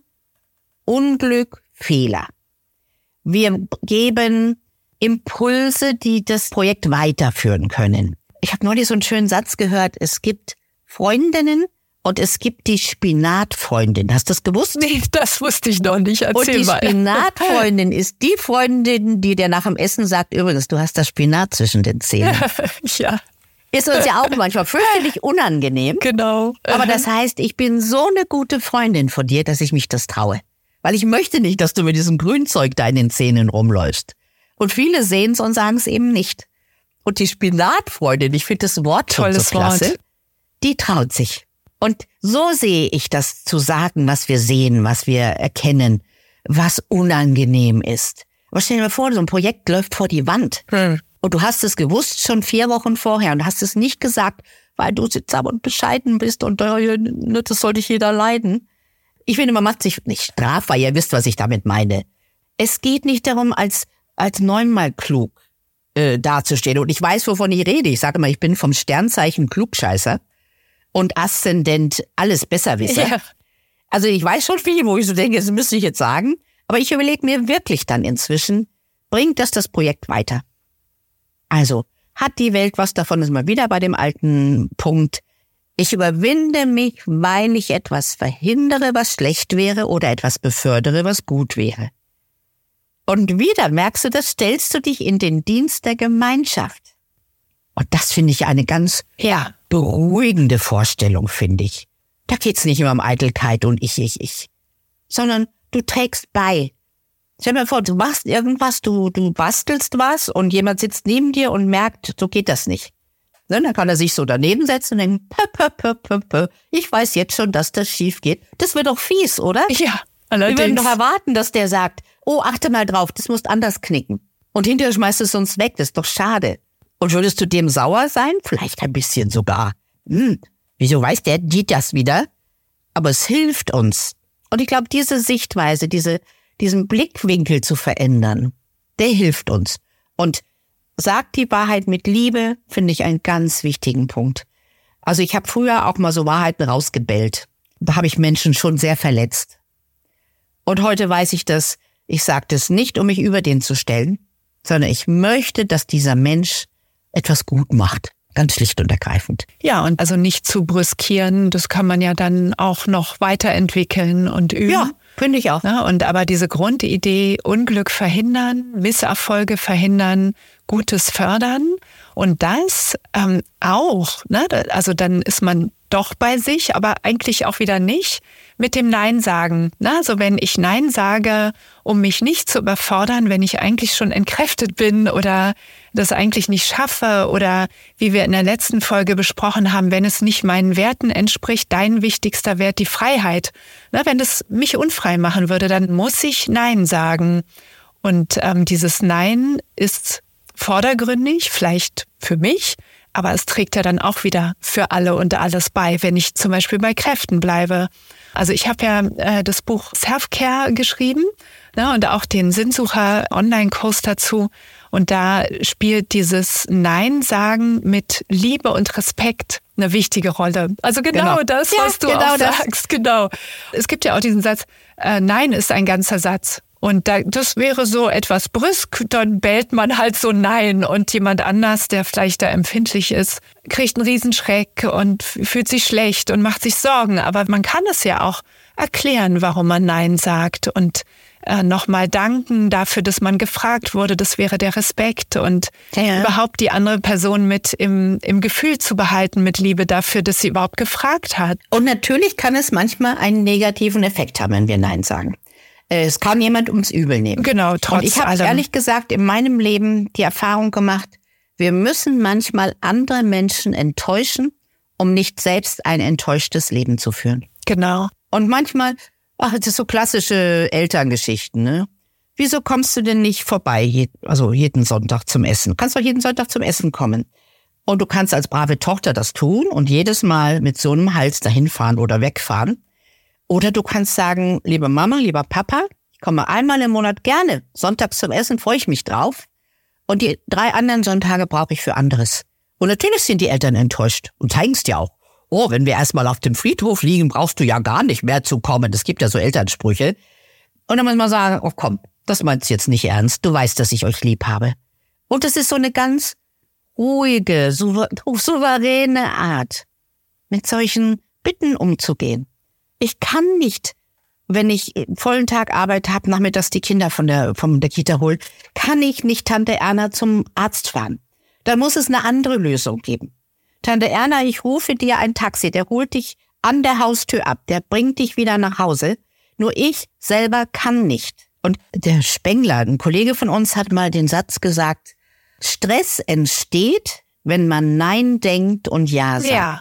Unglück, Fehler. Wir geben Impulse, die das Projekt weiterführen können. Ich habe neulich so einen schönen Satz gehört, es gibt Freundinnen und es gibt die Spinatfreundin. Hast du das gewusst? Nee, das wusste ich noch nicht. Erzähl und die mal. Spinatfreundin ist die Freundin, die dir nach dem Essen sagt, übrigens, du hast das Spinat zwischen den Zähnen. Ja. Ist uns ja auch manchmal fürchterlich unangenehm. Genau. Aber das heißt, ich bin so eine gute Freundin von dir, dass ich mich das traue. Weil ich möchte nicht, dass du mit diesem Grünzeug da in den Zähnen rumläufst. Und viele sehen es und sagen es eben nicht. Und die Spinatfreundin, ich finde das Wort schon so klasse, Wort. Die traut sich. Und so sehe ich das zu sagen, was wir sehen, was wir erkennen, was unangenehm ist. Aber stell dir mal vor, so ein Projekt läuft vor die Wand. Hm. Und du hast es gewusst schon vier Wochen vorher und hast es nicht gesagt, weil du sittsam und bescheiden bist und das sollte nicht jeder leiden. Ich finde, man macht sich nicht straf, weil ihr wisst, was ich damit meine. Es geht nicht darum, als als neunmal klug äh, dazustehen. Und ich weiß, wovon ich rede. Ich sage mal, ich bin vom Sternzeichen Klugscheißer und Aszendent alles Besserwisser. Ja. Also ich weiß schon viel, wo ich so denke, das müsste ich jetzt sagen. Aber ich überlege mir wirklich dann inzwischen, bringt das das Projekt weiter? Also, hat die Welt was davon, ist mal wieder bei dem alten Punkt. Ich überwinde mich, weil ich etwas verhindere, was schlecht wäre oder etwas befördere, was gut wäre. Und wieder merkst du, das stellst du dich in den Dienst der Gemeinschaft. Und das finde ich eine ganz ja, beruhigende Vorstellung, finde ich. Da geht's nicht immer um Eitelkeit und ich, ich, ich, sondern du trägst bei. Stell dir mal vor, du machst irgendwas, du, du bastelst was und jemand sitzt neben dir und merkt, so geht das nicht. Ne, dann kann er sich so daneben setzen und denken, pö, pö, pö, pö, pö. Ich weiß jetzt schon, dass das schief geht. Das wird doch fies, oder? Ja, allerdings. Wir würden doch erwarten, dass der sagt, oh, achte mal drauf, das musst anders knicken. Und hinterher schmeißt es uns weg, das ist doch schade. Und würdest du dem sauer sein? Vielleicht ein bisschen sogar. Hm, wieso weiß der, sieht das wieder? Aber es hilft uns. Und ich glaube, diese Sichtweise, diese, diesen Blickwinkel zu verändern, der hilft uns. Und sagt die Wahrheit mit Liebe, finde ich einen ganz wichtigen Punkt. Also ich habe früher auch mal so Wahrheiten rausgebellt. Da habe ich Menschen schon sehr verletzt. Und heute weiß ich das, ich sage das nicht, um mich über den zu stellen, sondern ich möchte, dass dieser Mensch etwas gut macht. Ganz schlicht und ergreifend. Ja, und also nicht zu brüskieren, das kann man ja dann auch noch weiterentwickeln und üben. Ja, finde ich auch. Ja, und aber diese Grundidee, Unglück verhindern, Misserfolge verhindern, Gutes fördern und das ähm, auch, ne? Also dann ist man doch bei sich, aber eigentlich auch wieder nicht mit dem Nein sagen. Ne? Also wenn ich Nein sage, um mich nicht zu überfordern, wenn ich eigentlich schon entkräftet bin oder das eigentlich nicht schaffe oder wie wir in der letzten Folge besprochen haben, wenn es nicht meinen Werten entspricht, dein wichtigster Wert, die Freiheit. Ne? Wenn das mich unfrei machen würde, dann muss ich Nein sagen. Und ähm, dieses Nein ist vordergründig, vielleicht für mich, aber es trägt ja dann auch wieder für alle und alles bei, wenn ich zum Beispiel bei Kräften bleibe. Also ich habe ja äh, das Buch Self-Care geschrieben, ne, und auch den Sinnsucher-Online-Kurs dazu. Und da spielt dieses Nein-Sagen mit Liebe und Respekt eine wichtige Rolle. Also genau, genau. das, was ja, du genau auch das. sagst. Genau. Es gibt ja auch diesen Satz, äh, Nein ist ein ganzer Satz. Und da, das wäre so etwas brüsk, dann bellt man halt so Nein. Und jemand anders, der vielleicht da empfindlich ist, kriegt einen Riesenschreck und fühlt sich schlecht und macht sich Sorgen. Aber man kann es ja auch erklären, warum man Nein sagt. Und äh, nochmal danken dafür, dass man gefragt wurde. Das wäre der Respekt. Und ja. überhaupt die andere Person mit im, im Gefühl zu behalten, mit Liebe dafür, dass sie überhaupt gefragt hat. Und natürlich kann es manchmal einen negativen Effekt haben, wenn wir Nein sagen. Es kann jemand ums Übel nehmen. Genau, trotz Und ich habe ehrlich gesagt in meinem Leben die Erfahrung gemacht, wir müssen manchmal andere Menschen enttäuschen, um nicht selbst ein enttäuschtes Leben zu führen. Genau. Und manchmal, ach, das ist so klassische Elterngeschichten, ne? Wieso kommst du denn nicht vorbei, also jeden Sonntag zum Essen? Du kannst doch jeden Sonntag zum Essen kommen. Und du kannst als brave Tochter das tun und jedes Mal mit so einem Hals dahin fahren oder wegfahren. Oder du kannst sagen, liebe Mama, lieber Papa, ich komme einmal im Monat gerne. Sonntags zum Essen freue ich mich drauf. Und die drei anderen Sonntage brauche ich für anderes. Und natürlich sind die Eltern enttäuscht und zeigen es dir auch. Oh, wenn wir erstmal auf dem Friedhof liegen, brauchst du ja gar nicht mehr zu kommen. Es gibt ja so Elternsprüche. Und dann muss man sagen, oh komm, das meinst du jetzt nicht ernst. Du weißt, dass ich euch lieb habe. Und das ist so eine ganz ruhige, souveräne Art, mit solchen Bitten umzugehen. Ich kann nicht, wenn ich einen vollen Tag Arbeit habe, nachmittags die Kinder von der, von der Kita holen, kann ich nicht Tante Erna zum Arzt fahren. Dann muss es eine andere Lösung geben. Tante Erna, ich rufe dir ein Taxi, der holt dich an der Haustür ab, der bringt dich wieder nach Hause. Nur ich selber kann nicht. Und der Spengler, ein Kollege von uns, hat mal den Satz gesagt, Stress entsteht, wenn man Nein denkt und Ja sagt. Ja.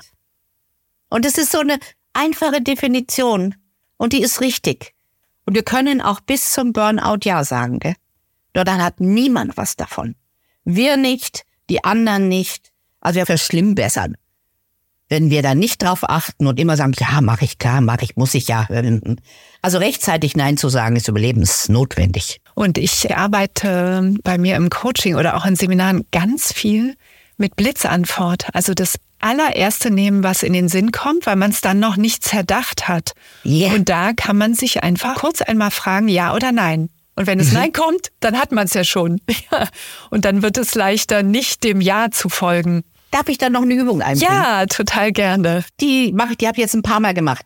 Und es ist so eine einfache Definition und die ist richtig. Und wir können auch bis zum Burnout Ja sagen, gell? Nur dann hat niemand was davon. Wir nicht, die anderen nicht. Also wir verschlimmbessern. Wenn wir da nicht drauf achten und immer sagen, ja, mach ich, klar, mach ich, muss ich ja. Also rechtzeitig Nein zu sagen, ist überlebensnotwendig. Und ich arbeite bei mir im Coaching oder auch in Seminaren ganz viel mit Blitzantwort. Also das allererste nehmen, was in den Sinn kommt, weil man es dann noch nicht zerdacht hat. Yeah. Und da kann man sich einfach kurz einmal fragen, ja oder nein. Und wenn es mhm. Nein kommt, dann hat man es ja schon. Und dann wird es leichter, nicht dem Ja zu folgen. Darf ich da noch eine Übung einbringen? Ja, total gerne. Die mache ich, die habe ich jetzt ein paar Mal gemacht.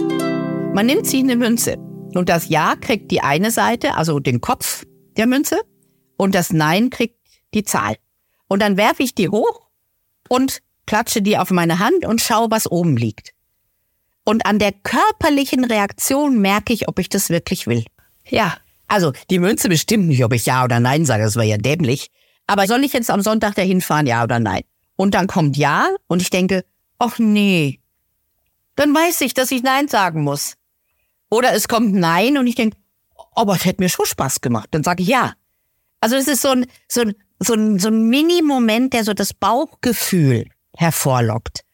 Man nimmt sich eine Münze und das Ja kriegt die eine Seite, also den Kopf der Münze, und das Nein kriegt die Zahl. Und dann werfe ich die hoch und klatsche die auf meine Hand und schaue, was oben liegt. Und an der körperlichen Reaktion merke ich, ob ich das wirklich will. Ja. Also die Münze bestimmt nicht, ob ich Ja oder Nein sage, das wäre ja dämlich. Aber soll ich jetzt am Sonntag dahin fahren, ja oder nein? Und dann kommt Ja und ich denke, ach nee, dann weiß ich, dass ich Nein sagen muss. Oder es kommt Nein und ich denke, aber es hätte mir schon Spaß gemacht. Dann sage ich Ja. Also es ist so ein, so ein, so ein, so ein Mini-Moment, der so das Bauchgefühl hervorlockt.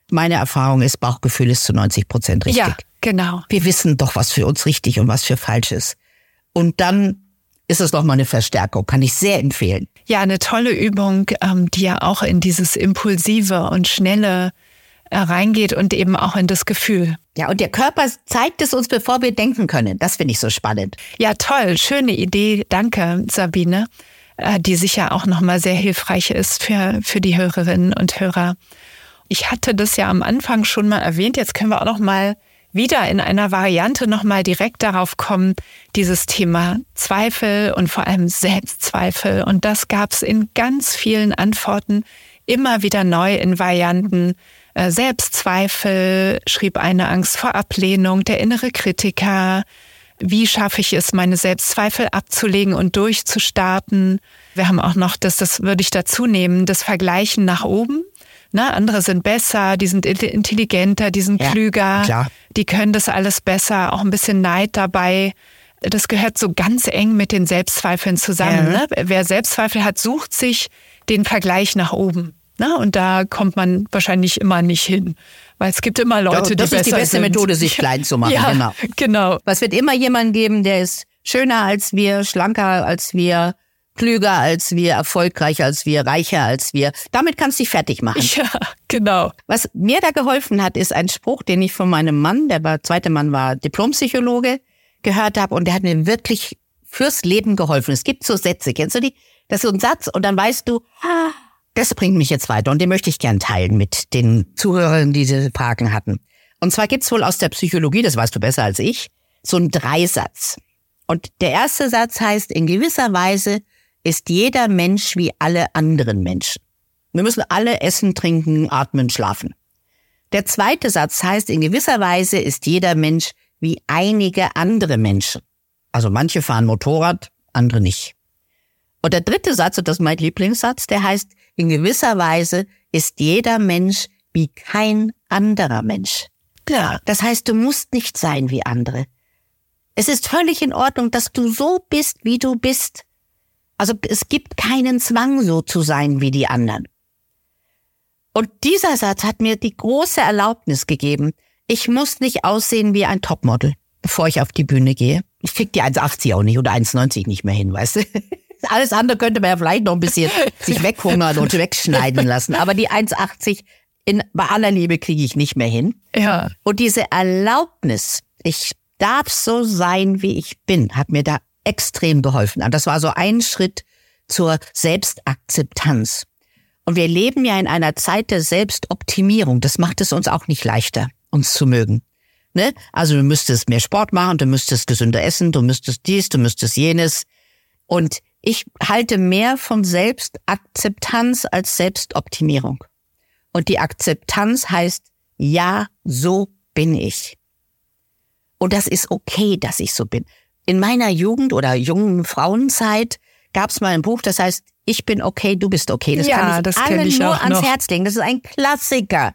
Meine Erfahrung ist, Bauchgefühl ist zu neunzig Prozent richtig. Ja, genau. Wir wissen doch, was für uns richtig und was für falsch ist. Und dann ist es nochmal eine Verstärkung, kann ich sehr empfehlen. Ja, eine tolle Übung, ähm, die ja auch in dieses Impulsive und Schnelle äh, reingeht und eben auch in das Gefühl. Ja, und der Körper zeigt es uns, bevor wir denken können. Das finde ich so spannend. Ja, toll, schöne Idee. Danke, Sabine, äh, die sicher auch nochmal sehr hilfreich ist für, für die Hörerinnen und Hörer. Ich hatte das ja am Anfang schon mal erwähnt, jetzt können wir auch noch mal wieder in einer Variante noch mal direkt darauf kommen, dieses Thema Zweifel und vor allem Selbstzweifel. Und das gab es in ganz vielen Antworten immer wieder neu in Varianten. Äh, Selbstzweifel, schrieb eine, Angst vor Ablehnung, der innere Kritiker. Wie schaffe ich es, meine Selbstzweifel abzulegen und durchzustarten? Wir haben auch noch, das, das würde ich dazu nehmen, das Vergleichen nach oben. Na, andere sind besser, die sind intelligenter, die sind ja, klüger, klar. Die können das alles besser, auch ein bisschen Neid dabei. Das gehört so ganz eng mit den Selbstzweifeln zusammen. Ja. Ne? Wer Selbstzweifel hat, sucht sich den Vergleich nach oben. Na, und da kommt man wahrscheinlich immer nicht hin, weil es gibt immer Leute, das die besser sind. Das ist die beste Methode, sich klein zu machen. Ja, genau. genau. Es wird immer jemanden geben, der ist schöner als wir, schlanker als wir, klüger als wir, erfolgreicher als wir, reicher als wir. Damit kannst du dich fertig machen. Ja, genau. Was mir da geholfen hat, ist ein Spruch, den ich von meinem Mann, der war, zweite Mann war Diplompsychologe, gehört habe und der hat mir wirklich fürs Leben geholfen. Es gibt so Sätze, kennst du die? Das ist so ein Satz und dann weißt du, ah, das bringt mich jetzt weiter und den möchte ich gern teilen mit den Zuhörern, die diese Fragen hatten. Und zwar gibt's wohl aus der Psychologie, das weißt du besser als ich, so einen Dreisatz. Und der erste Satz heißt, in gewisser Weise ist jeder Mensch wie alle anderen Menschen. Wir müssen alle essen, trinken, atmen, schlafen. Der zweite Satz heißt, in gewisser Weise ist jeder Mensch wie einige andere Menschen. Also manche fahren Motorrad, andere nicht. Und der dritte Satz, und das ist mein Lieblingssatz, der heißt, in gewisser Weise ist jeder Mensch wie kein anderer Mensch. Ja, das heißt, du musst nicht sein wie andere. Es ist völlig in Ordnung, dass du so bist, wie du bist. Also es gibt keinen Zwang, so zu sein wie die anderen. Und dieser Satz hat mir die große Erlaubnis gegeben, ich muss nicht aussehen wie ein Topmodel, bevor ich auf die Bühne gehe. Ich krieg die eins achtzig auch nicht oder eins neunzig nicht mehr hin, weißt du. Alles andere könnte man ja vielleicht noch ein bisschen sich weghungern und wegschneiden lassen. Aber die eins achtzig in, bei aller Liebe kriege ich nicht mehr hin. Ja. Und diese Erlaubnis, ich darf so sein, wie ich bin, hat mir da extrem geholfen. Und das war so ein Schritt zur Selbstakzeptanz. Und wir leben ja in einer Zeit der Selbstoptimierung. Das macht es uns auch nicht leichter, uns zu mögen. Ne? Also du müsstest mehr Sport machen, du müsstest gesünder essen, du müsstest dies, du müsstest jenes. Und ich halte mehr von Selbstakzeptanz als Selbstoptimierung. Und die Akzeptanz heißt, ja, so bin ich. Und das ist okay, dass ich so bin. In meiner Jugend oder jungen Frauenzeit gab es mal ein Buch, das heißt, ich bin okay, du bist okay. Das ja, kann ich das allen ich nur auch ans noch. Herz legen. Das ist ein Klassiker.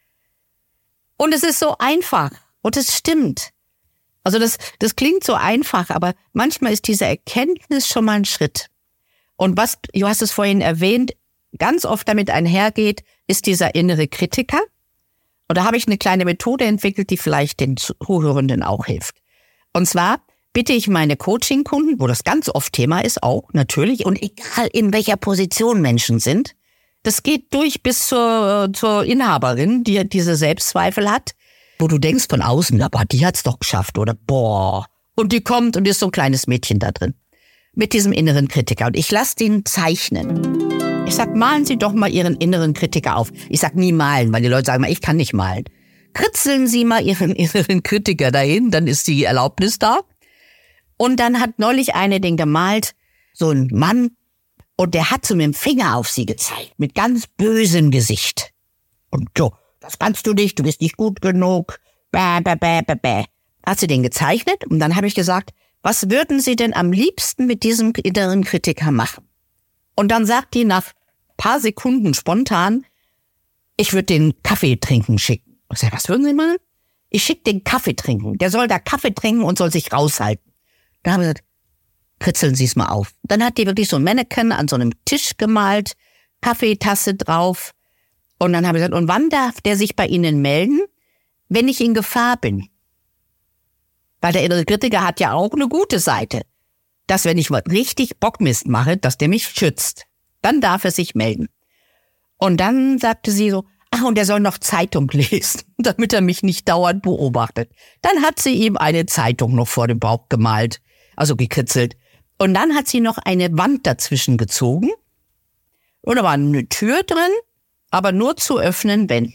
Und es ist so einfach. Und es stimmt. Also das, das klingt so einfach, aber manchmal ist diese Erkenntnis schon mal ein Schritt. Und was, du hast es vorhin erwähnt, ganz oft damit einhergeht, ist dieser innere Kritiker. Und da habe ich eine kleine Methode entwickelt, die vielleicht den Zuhörenden auch hilft. Und zwar bitte ich meine Coaching-Kunden, wo das ganz oft Thema ist, auch natürlich, und egal in welcher Position Menschen sind, das geht durch bis zur, zur Inhaberin, die diese Selbstzweifel hat, wo du denkst von außen, aber die hat's doch geschafft, oder boah. Und die kommt und ist so ein kleines Mädchen da drin. Mit diesem inneren Kritiker. Und ich lasse den zeichnen. Ich sag, malen Sie doch mal Ihren inneren Kritiker auf. Ich sag nie malen, weil die Leute sagen mal, ich kann nicht malen. Kritzeln Sie mal Ihren inneren Kritiker dahin, dann ist die Erlaubnis da. Und dann hat neulich eine den gemalt, so ein Mann, und der hat so mit dem Finger auf sie gezeigt, mit ganz bösem Gesicht. Und so, das kannst du nicht, du bist nicht gut genug. Bäh, bäh, bäh, bäh, bäh. Hat sie den gezeichnet und dann habe ich gesagt, was würden Sie denn am liebsten mit diesem inneren Kritiker machen? Und dann sagt die nach paar Sekunden spontan, ich würde den Kaffee trinken schicken. Ich sag, was würden Sie machen? Ich schicke den Kaffee trinken. Der soll da Kaffee trinken und soll sich raushalten. Dann habe ich gesagt, kritzeln Sie es mal auf. Dann hat die wirklich so ein Mannequin an so einem Tisch gemalt, Kaffeetasse drauf Und dann habe ich gesagt, und wann darf der sich bei Ihnen melden? Wenn ich in Gefahr bin. Weil der innere Kritiker hat ja auch eine gute Seite. Dass wenn ich was richtig Bockmist mache, dass der mich schützt. Dann darf er sich melden. Und dann sagte sie so, ach, und er soll noch Zeitung lesen, damit er mich nicht dauernd beobachtet. Dann hat sie ihm eine Zeitung noch vor dem Bauch gemalt, also gekritzelt. Und dann hat sie noch eine Wand dazwischen gezogen. Und da war eine Tür drin, aber nur zu öffnen, wenn.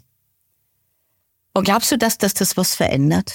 Und glaubst du, dass, dass das was verändert?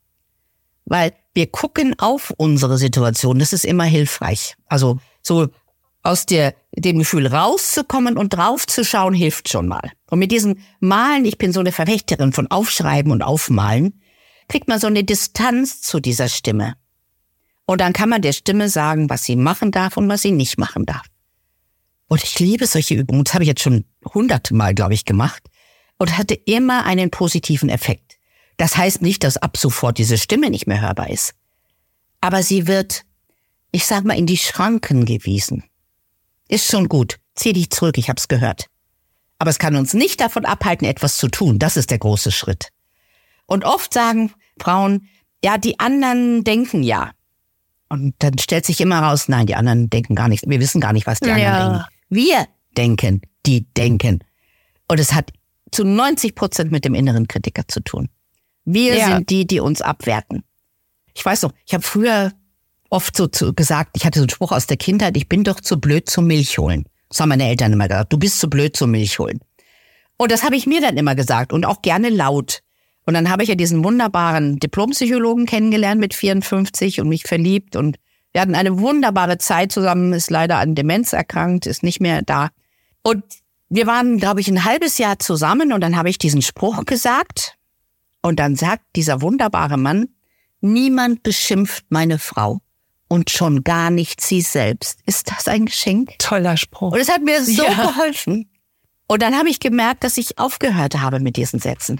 Weil wir gucken auf unsere Situation, das ist immer hilfreich. Also so aus der, dem Gefühl rauszukommen und draufzuschauen, hilft schon mal. Und mit diesem Malen, ich bin so eine Verfechterin von Aufschreiben und Aufmalen, kriegt man so eine Distanz zu dieser Stimme. Und dann kann man der Stimme sagen, was sie machen darf und was sie nicht machen darf. Und ich liebe solche Übungen, das habe ich jetzt schon hunderte Mal, glaube ich, gemacht und hatte immer einen positiven Effekt. Das heißt nicht, dass ab sofort diese Stimme nicht mehr hörbar ist. Aber sie wird, ich sag mal, in die Schranken gewiesen. Ist schon gut, zieh dich zurück, ich hab's gehört. Aber es kann uns nicht davon abhalten, etwas zu tun. Das ist der große Schritt. Und oft sagen Frauen, ja, die anderen denken ja. Und dann stellt sich immer raus, nein, die anderen denken gar nichts. Wir wissen gar nicht, was die anderen ja. denken. Wir denken, die denken. Und es hat zu neunzig Prozent mit dem inneren Kritiker zu tun. Wir ja. sind die, die uns abwerten. Ich weiß noch, ich habe früher oft so zu, gesagt, ich hatte so einen Spruch aus der Kindheit, ich bin doch zu blöd zum Milch holen. Das haben meine Eltern immer gesagt, du bist zu blöd zum Milch holen. Und das habe ich mir dann immer gesagt und auch gerne laut. Und dann habe ich ja diesen wunderbaren Diplompsychologen kennengelernt mit vierundfünfzig und mich verliebt. Und wir hatten eine wunderbare Zeit zusammen, ist leider an Demenz erkrankt, ist nicht mehr da. Und wir waren, glaube ich, ein halbes Jahr zusammen und dann habe ich diesen Spruch gesagt. Und dann sagt dieser wunderbare Mann, niemand beschimpft meine Frau und schon gar nicht sie selbst. Ist das ein Geschenk? Toller Spruch. Und es hat mir so ja. geholfen. Und dann habe ich gemerkt, dass ich aufgehört habe mit diesen Sätzen.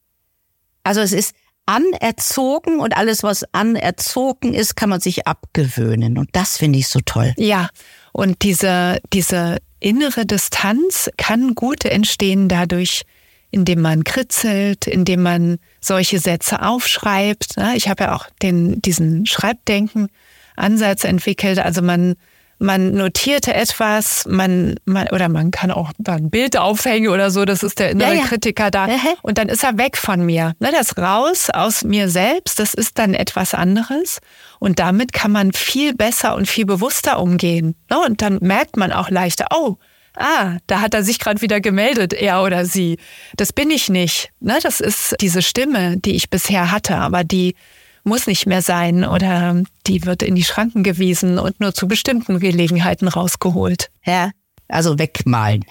Also es ist anerzogen und alles, was anerzogen ist, kann man sich abgewöhnen. Und das finde ich so toll. Ja, und diese, diese innere Distanz kann gut entstehen dadurch, indem man kritzelt, indem man solche Sätze aufschreibt. Ich habe ja auch den, diesen Schreibdenken-Ansatz entwickelt. Also man, man notierte etwas, man, man, oder man kann auch da ein Bild aufhängen oder so, das ist der innere ja, ja. Kritiker da. Und dann ist er weg von mir. Das raus aus mir selbst, das ist dann etwas anderes. Und damit kann man viel besser und viel bewusster umgehen. Und dann merkt man auch leichter, oh, ah, da hat er sich gerade wieder gemeldet, er oder sie. Das bin ich nicht. Das ist diese Stimme, die ich bisher hatte, aber die muss nicht mehr sein oder die wird in die Schranken gewiesen und nur zu bestimmten Gelegenheiten rausgeholt. Ja, also wegmalen.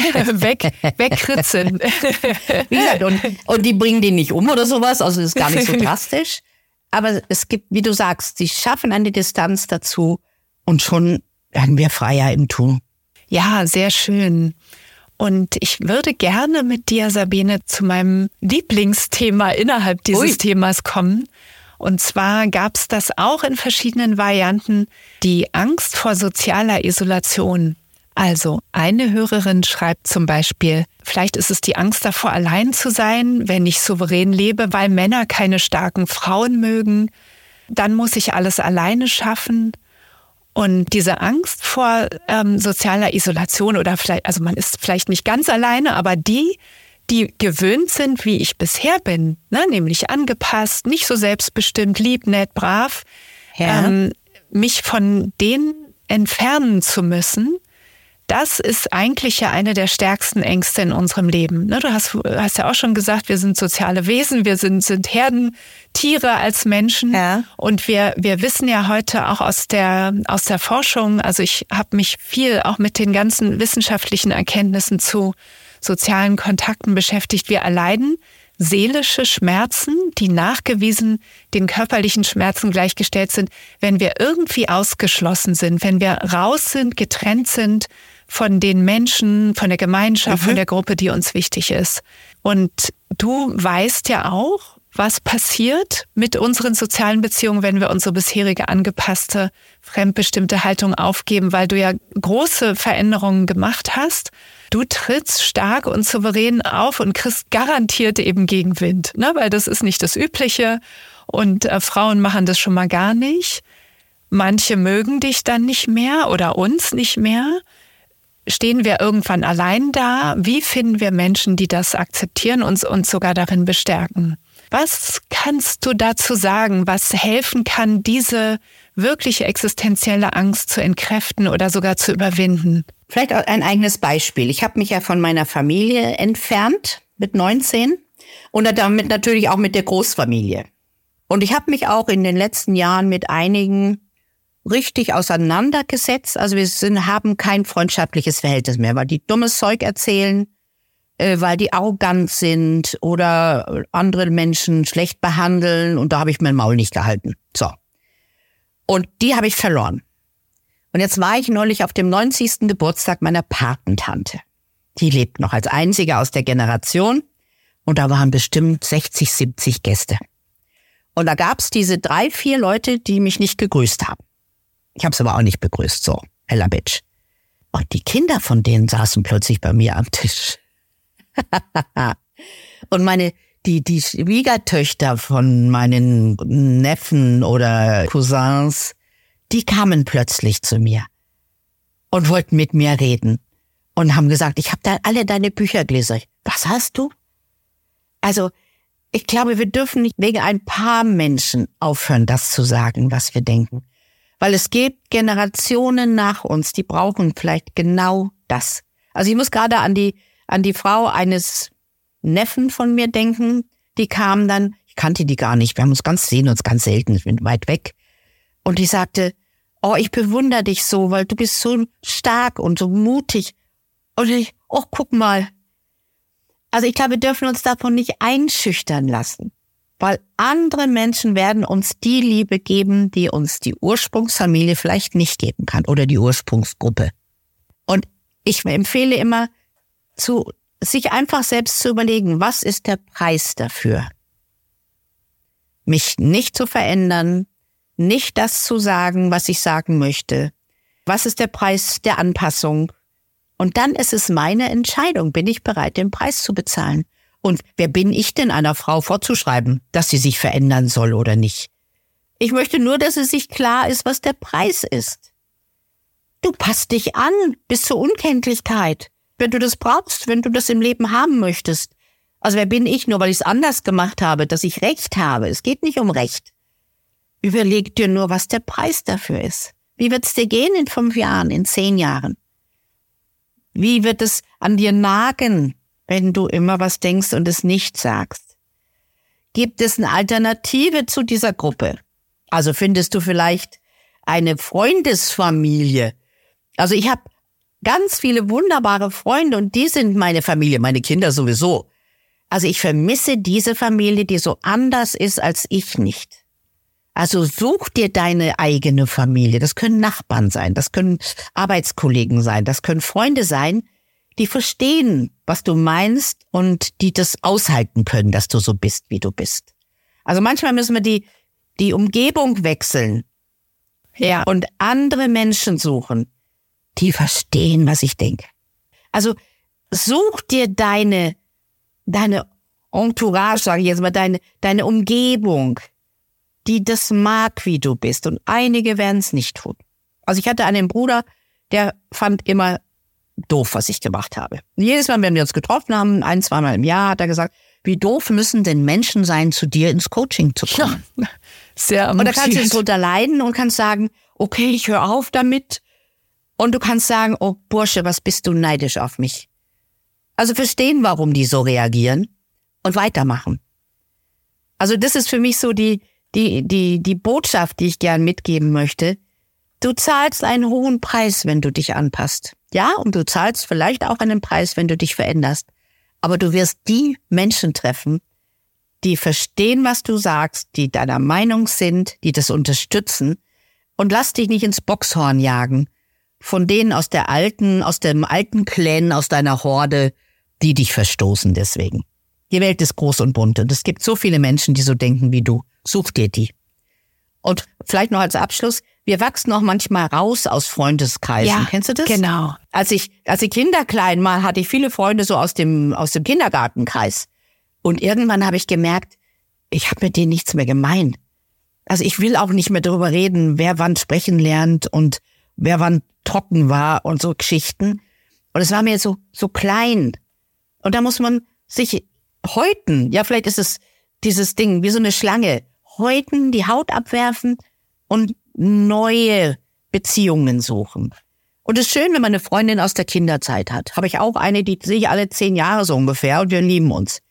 Weg, wegkritzeln. Wie gesagt, und, und die bringen den nicht um oder sowas, also das ist gar nicht so drastisch. Aber es gibt, wie du sagst, sie schaffen eine Distanz dazu und schon werden wir freier im Tun. Ja, sehr schön. Und ich würde gerne mit dir, Sabine, zu meinem Lieblingsthema innerhalb dieses Ui. Themas kommen. Und zwar gab es das auch in verschiedenen Varianten, die Angst vor sozialer Isolation. Also eine Hörerin schreibt zum Beispiel, vielleicht ist es die Angst davor, allein zu sein, wenn ich souverän lebe, weil Männer keine starken Frauen mögen. Dann muss ich alles alleine schaffen. Und diese Angst vor ähm, sozialer Isolation oder vielleicht, also man ist vielleicht nicht ganz alleine, aber die, die gewöhnt sind, wie ich bisher bin, ne, nämlich angepasst, nicht so selbstbestimmt, lieb, nett, brav, ja. ähm, mich von denen entfernen zu müssen, das ist eigentlich ja eine der stärksten Ängste in unserem Leben. Ne, du hast, hast ja auch schon gesagt, wir sind soziale Wesen, wir sind, sind Herdentiere als Menschen. Ja. Und wir, wir wissen ja heute auch aus der, aus der Forschung, also ich habe mich viel auch mit den ganzen wissenschaftlichen Erkenntnissen zu sozialen Kontakten beschäftigt. Wir erleiden seelische Schmerzen, die nachgewiesen den körperlichen Schmerzen gleichgestellt sind, wenn wir irgendwie ausgeschlossen sind, wenn wir raus sind, getrennt sind von den Menschen, von der Gemeinschaft, mhm. von der Gruppe, die uns wichtig ist. Und du weißt ja auch, was passiert mit unseren sozialen Beziehungen, wenn wir unsere bisherige angepasste, fremdbestimmte Haltung aufgeben, weil du ja große Veränderungen gemacht hast. Du trittst stark und souverän auf und kriegst garantiert eben Gegenwind, ne? Weil das ist nicht das Übliche und äh, Frauen machen das schon mal gar nicht. Manche mögen dich dann nicht mehr oder uns nicht mehr. Stehen wir irgendwann allein da? Wie finden wir Menschen, die das akzeptieren und uns sogar darin bestärken? Was kannst du dazu sagen, was helfen kann, diese wirkliche existenzielle Angst zu entkräften oder sogar zu überwinden? Vielleicht auch ein eigenes Beispiel. Ich habe mich ja von meiner Familie entfernt mit neunzehn und damit natürlich auch mit der Großfamilie. Und ich habe mich auch in den letzten Jahren mit einigen richtig auseinandergesetzt. Also wir sind, haben kein freundschaftliches Verhältnis mehr, weil die dummes Zeug erzählen, äh, weil die arrogant sind oder andere Menschen schlecht behandeln und da habe ich mein Maul nicht gehalten. So. Und die habe ich verloren. Und jetzt war ich neulich auf dem neunzigsten Geburtstag meiner Patentante. Die lebt noch als einzige aus der Generation und da waren bestimmt sechzig, siebzig Gäste. Und da gab's diese drei, vier Leute, die mich nicht gegrüßt haben. Ich habe es aber auch nicht begrüßt, so, Ella Bitch. Und die Kinder von denen saßen plötzlich bei mir am Tisch. Und meine, die, die Schwiegertöchter von meinen Neffen oder Cousins, die kamen plötzlich zu mir und wollten mit mir reden und haben gesagt, ich habe da alle deine Bücher gelesen. Was hast du? Also, ich glaube, wir dürfen nicht wegen ein paar Menschen aufhören, das zu sagen, was wir denken. Weil es gibt Generationen nach uns, die brauchen vielleicht genau das. Also ich muss gerade an die, an die Frau eines Neffen von mir denken, die kam dann, ich kannte die gar nicht, wir haben uns ganz, sehen uns ganz selten, ich bin weit weg. Und die sagte, oh, ich bewundere dich so, weil du bist so stark und so mutig. Und ich, oh, guck mal. Also ich glaube, wir dürfen uns davon nicht einschüchtern lassen. Weil andere Menschen werden uns die Liebe geben, die uns die Ursprungsfamilie vielleicht nicht geben kann oder die Ursprungsgruppe. Und ich empfehle immer, zu, sich einfach selbst zu überlegen, was ist der Preis dafür? Mich nicht zu verändern, nicht das zu sagen, was ich sagen möchte. Was ist der Preis der Anpassung? Und dann ist es meine Entscheidung, bin ich bereit, den Preis zu bezahlen? Und wer bin ich denn einer Frau vorzuschreiben, dass sie sich verändern soll oder nicht? Ich möchte nur, dass es sich klar ist, was der Preis ist. Du passt dich an bis zur Unkenntlichkeit, wenn du das brauchst, wenn du das im Leben haben möchtest. Also wer bin ich, nur weil ich es anders gemacht habe, dass ich Recht habe? Es geht nicht um Recht. Überleg dir nur, was der Preis dafür ist. Wie wird es dir gehen in fünf Jahren, in zehn Jahren? Wie wird es an dir nagen, wenn du immer was denkst und es nicht sagst? Gibt es eine Alternative zu dieser Gruppe? Also findest du vielleicht eine Freundesfamilie? Also ich habe ganz viele wunderbare Freunde und die sind meine Familie, meine Kinder sowieso. Also ich vermisse diese Familie, die so anders ist als ich nicht. Also such dir deine eigene Familie. Das können Nachbarn sein, das können Arbeitskollegen sein, das können Freunde sein, die verstehen, was du meinst und die das aushalten können, dass du so bist, wie du bist. Also manchmal müssen wir die, die Umgebung wechseln, ja, und andere Menschen suchen, die verstehen, was ich denke. Also such dir deine, deine Entourage, sage ich jetzt mal, deine, deine Umgebung, die das mag, wie du bist. Und einige werden es nicht tun. Also ich hatte einen Bruder, der fand immer doof, was ich gemacht habe. Und jedes Mal, wenn wir uns getroffen haben, ein, zweimal im Jahr, hat er gesagt, wie doof müssen denn Menschen sein, zu dir ins Coaching zu kommen? Ja, sehr amüsiert. Und da kannst du es drunter leiden und kannst sagen, okay, ich höre auf damit. Und du kannst sagen, oh Bursche, was bist du neidisch auf mich? Also verstehen, warum die so reagieren und weitermachen. Also das ist für mich so die, die, die, die Botschaft, die ich gern mitgeben möchte. Du zahlst einen hohen Preis, wenn du dich anpasst. Ja, und du zahlst vielleicht auch einen Preis, wenn du dich veränderst. Aber du wirst die Menschen treffen, die verstehen, was du sagst, die deiner Meinung sind, die das unterstützen. Und lass dich nicht ins Boxhorn jagen von denen aus der alten, aus dem alten Clan, aus deiner Horde, die dich verstoßen deswegen. Die Welt ist groß und bunt und es gibt so viele Menschen, die so denken wie du. Such dir die. Und vielleicht noch als Abschluss, wir wachsen auch manchmal raus aus Freundeskreisen. Ja, kennst du das? Genau. Als ich, als ich Kinder klein war, hatte ich viele Freunde so aus dem, aus dem Kindergartenkreis. Und irgendwann habe ich gemerkt, ich habe mit denen nichts mehr gemein. Also ich will auch nicht mehr darüber reden, wer wann sprechen lernt und wer wann trocken war und so Geschichten. Und es war mir so, so klein. Und da muss man sich häuten. Ja, vielleicht ist es dieses Ding wie so eine Schlange. Häuten, die Haut abwerfen und neue Beziehungen suchen. Und es ist schön, wenn man eine Freundin aus der Kinderzeit hat. Habe ich auch eine, die sehe ich alle zehn Jahre so ungefähr und wir lieben uns.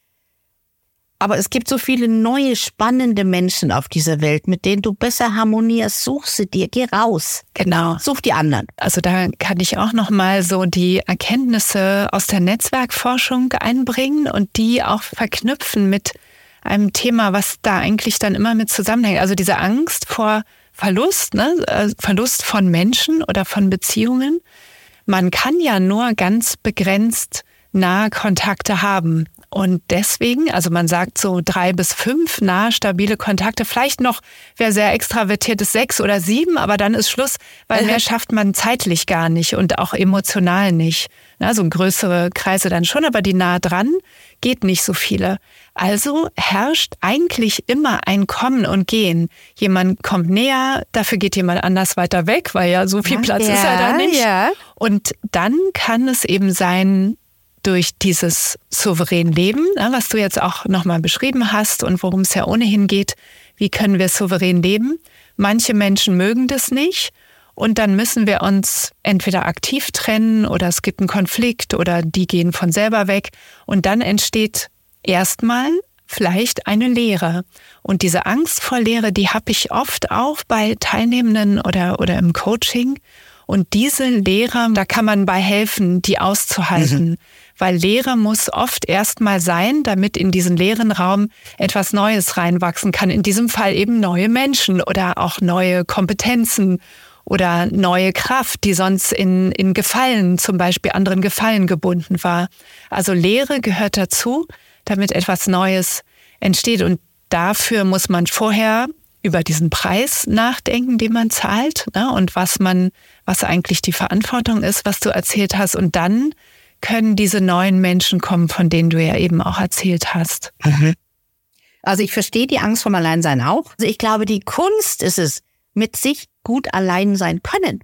Aber es gibt so viele neue, spannende Menschen auf dieser Welt, mit denen du besser harmonierst. Such sie dir, geh raus. Genau. Such die anderen. Also da kann ich auch noch mal so die Erkenntnisse aus der Netzwerkforschung einbringen und die auch verknüpfen mit einem Thema, was da eigentlich dann immer mit zusammenhängt. Also diese Angst vor Verlust, ne? Verlust von Menschen oder von Beziehungen. Man kann ja nur ganz begrenzt nahe Kontakte haben. Und deswegen, also man sagt so drei bis fünf nahe, stabile Kontakte, vielleicht noch, wer sehr extravertiert ist, sechs oder sieben, aber dann ist Schluss, weil mehr schafft man zeitlich gar nicht und auch emotional nicht. Also größere Kreise dann schon, aber die nah dran geht nicht so viele. Also herrscht eigentlich immer ein Kommen und Gehen. Jemand kommt näher, dafür geht jemand anders weiter weg, weil ja so viel Platz ja, ist ja da nicht. Ja. Und dann kann es eben sein, durch dieses souverän Leben, was du jetzt auch nochmal beschrieben hast und worum es ja ohnehin geht, wie können wir souverän leben? Manche Menschen mögen das nicht und dann müssen wir uns entweder aktiv trennen oder es gibt einen Konflikt oder die gehen von selber weg und dann entsteht erstmal vielleicht eine Leere. Und diese Angst vor Leere, die habe ich oft auch bei Teilnehmenden oder, oder im Coaching. Und diese Leere, da kann man bei helfen, die auszuhalten. Mhm. Weil Leere muss oft erstmal sein, damit in diesen leeren Raum etwas Neues reinwachsen kann. In diesem Fall eben neue Menschen oder auch neue Kompetenzen oder neue Kraft, die sonst in, in Gefallen, zum Beispiel anderen Gefallen gebunden war. Also Leere gehört dazu, damit etwas Neues entsteht. Und dafür muss man vorher über diesen Preis nachdenken, den man zahlt, ne, und was man, was eigentlich die Verantwortung ist, was du erzählt hast. Und dann können diese neuen Menschen kommen, von denen du ja eben auch erzählt hast. Mhm. Also ich verstehe die Angst vom Alleinsein auch. Also ich glaube, die Kunst ist es, mit sich gut allein sein können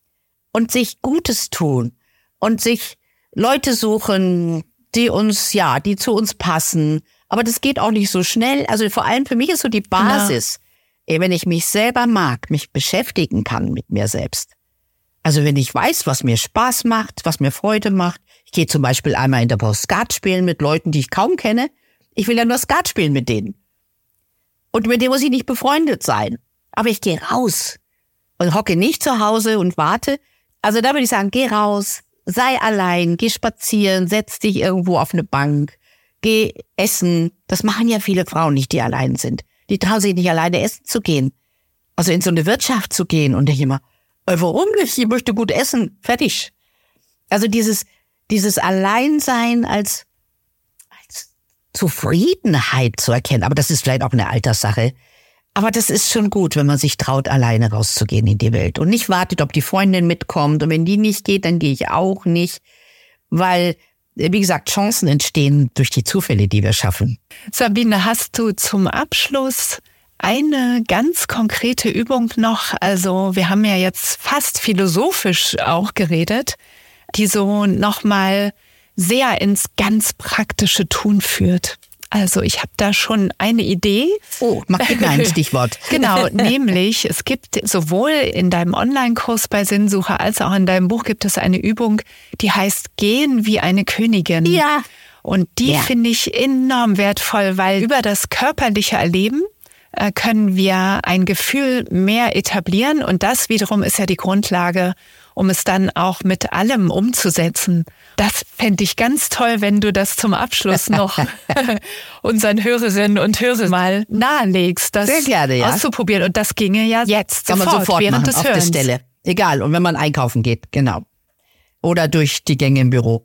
und sich Gutes tun und sich Leute suchen, die uns, ja, die zu uns passen. Aber das geht auch nicht so schnell. Also vor allem für mich ist so die Basis, ja. Wenn ich mich selber mag, mich beschäftigen kann mit mir selbst. Also wenn ich weiß, was mir Spaß macht, was mir Freude macht. Ich gehe zum Beispiel einmal in der Woche Skat spielen mit Leuten, die ich kaum kenne. Ich will ja nur Skat spielen mit denen. Und mit denen muss ich nicht befreundet sein. Aber ich gehe raus und hocke nicht zu Hause und warte. Also da würde ich sagen, geh raus, sei allein, geh spazieren, setz dich irgendwo auf eine Bank, geh essen. Das machen ja viele Frauen nicht, die allein sind. Die trauen sich nicht alleine essen zu gehen. Also in so eine Wirtschaft zu gehen und denke immer, warum nicht? Ich möchte gut essen. Fertig. Also dieses, dieses Alleinsein als, als Zufriedenheit zu erkennen. Aber das ist vielleicht auch eine Alterssache. Aber das ist schon gut, wenn man sich traut, alleine rauszugehen in die Welt und nicht wartet, ob die Freundin mitkommt. Und wenn die nicht geht, dann gehe ich auch nicht. Weil, wie gesagt, Chancen entstehen durch die Zufälle, die wir schaffen. Sabine, hast du zum Abschluss eine ganz konkrete Übung noch? Also wir haben ja jetzt fast philosophisch auch geredet, die so nochmal sehr ins ganz praktische Tun führt. Also ich habe da schon eine Idee. Oh, mach mir ein Stichwort. Genau, nämlich es gibt sowohl in deinem Online-Kurs bei Sinnsucher als auch in deinem Buch gibt es eine Übung, die heißt Gehen wie eine Königin. Ja. Und die ja. finde ich enorm wertvoll, weil über das körperliche Erleben äh, können wir ein Gefühl mehr etablieren und das wiederum ist ja die Grundlage, um es dann auch mit allem umzusetzen. Das fände ich ganz toll, wenn du das zum Abschluss noch unseren Hörerinnen und Hörern mal nahelegst, das Sehr gerne, ja. auszuprobieren. Und das ginge ja jetzt Kann sofort, man sofort während machen, des auf Hörens. der Stelle. Egal, und wenn man einkaufen geht, genau. Oder durch die Gänge im Büro.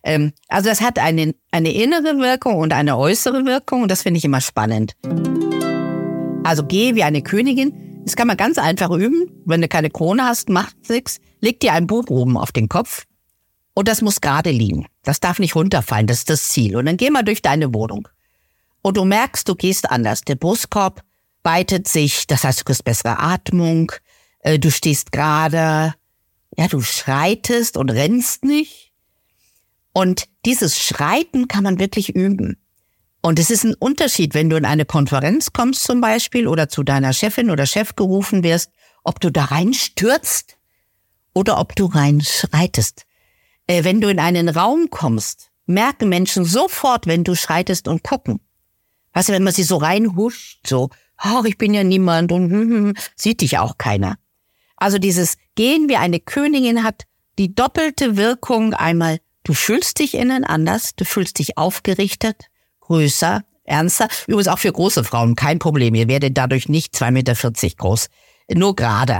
Ähm, also das hat eine, eine innere Wirkung und eine äußere Wirkung und das finde ich immer spannend. Also geh wie eine Königin. Das kann man ganz einfach üben. Wenn du keine Krone hast, macht nichts. Leg dir ein Buch oben auf den Kopf und das muss gerade liegen. Das darf nicht runterfallen, das ist das Ziel. Und dann geh mal durch deine Wohnung. Und du merkst, du gehst anders. Der Brustkorb weitet sich, das heißt, du kriegst bessere Atmung. Du stehst gerade, ja, du schreitest und rennst nicht. Und dieses Schreiten kann man wirklich üben. Und es ist ein Unterschied, wenn du in eine Konferenz kommst zum Beispiel oder zu deiner Chefin oder Chef gerufen wirst, ob du da reinstürzt oder ob du reinschreitest. Äh, wenn du in einen Raum kommst, merken Menschen sofort, wenn du schreitest und gucken. Weißt du, wenn man sie so reinhuscht, so, ach, ich bin ja niemand und hm, hm, sieht dich auch keiner. Also dieses Gehen wie eine Königin hat die doppelte Wirkung. Einmal, du fühlst dich innen anders, du fühlst dich aufgerichtet, größer, ernster. Übrigens auch für große Frauen kein Problem. Ihr werdet dadurch nicht zwei Meter vierzig groß. Nur gerade.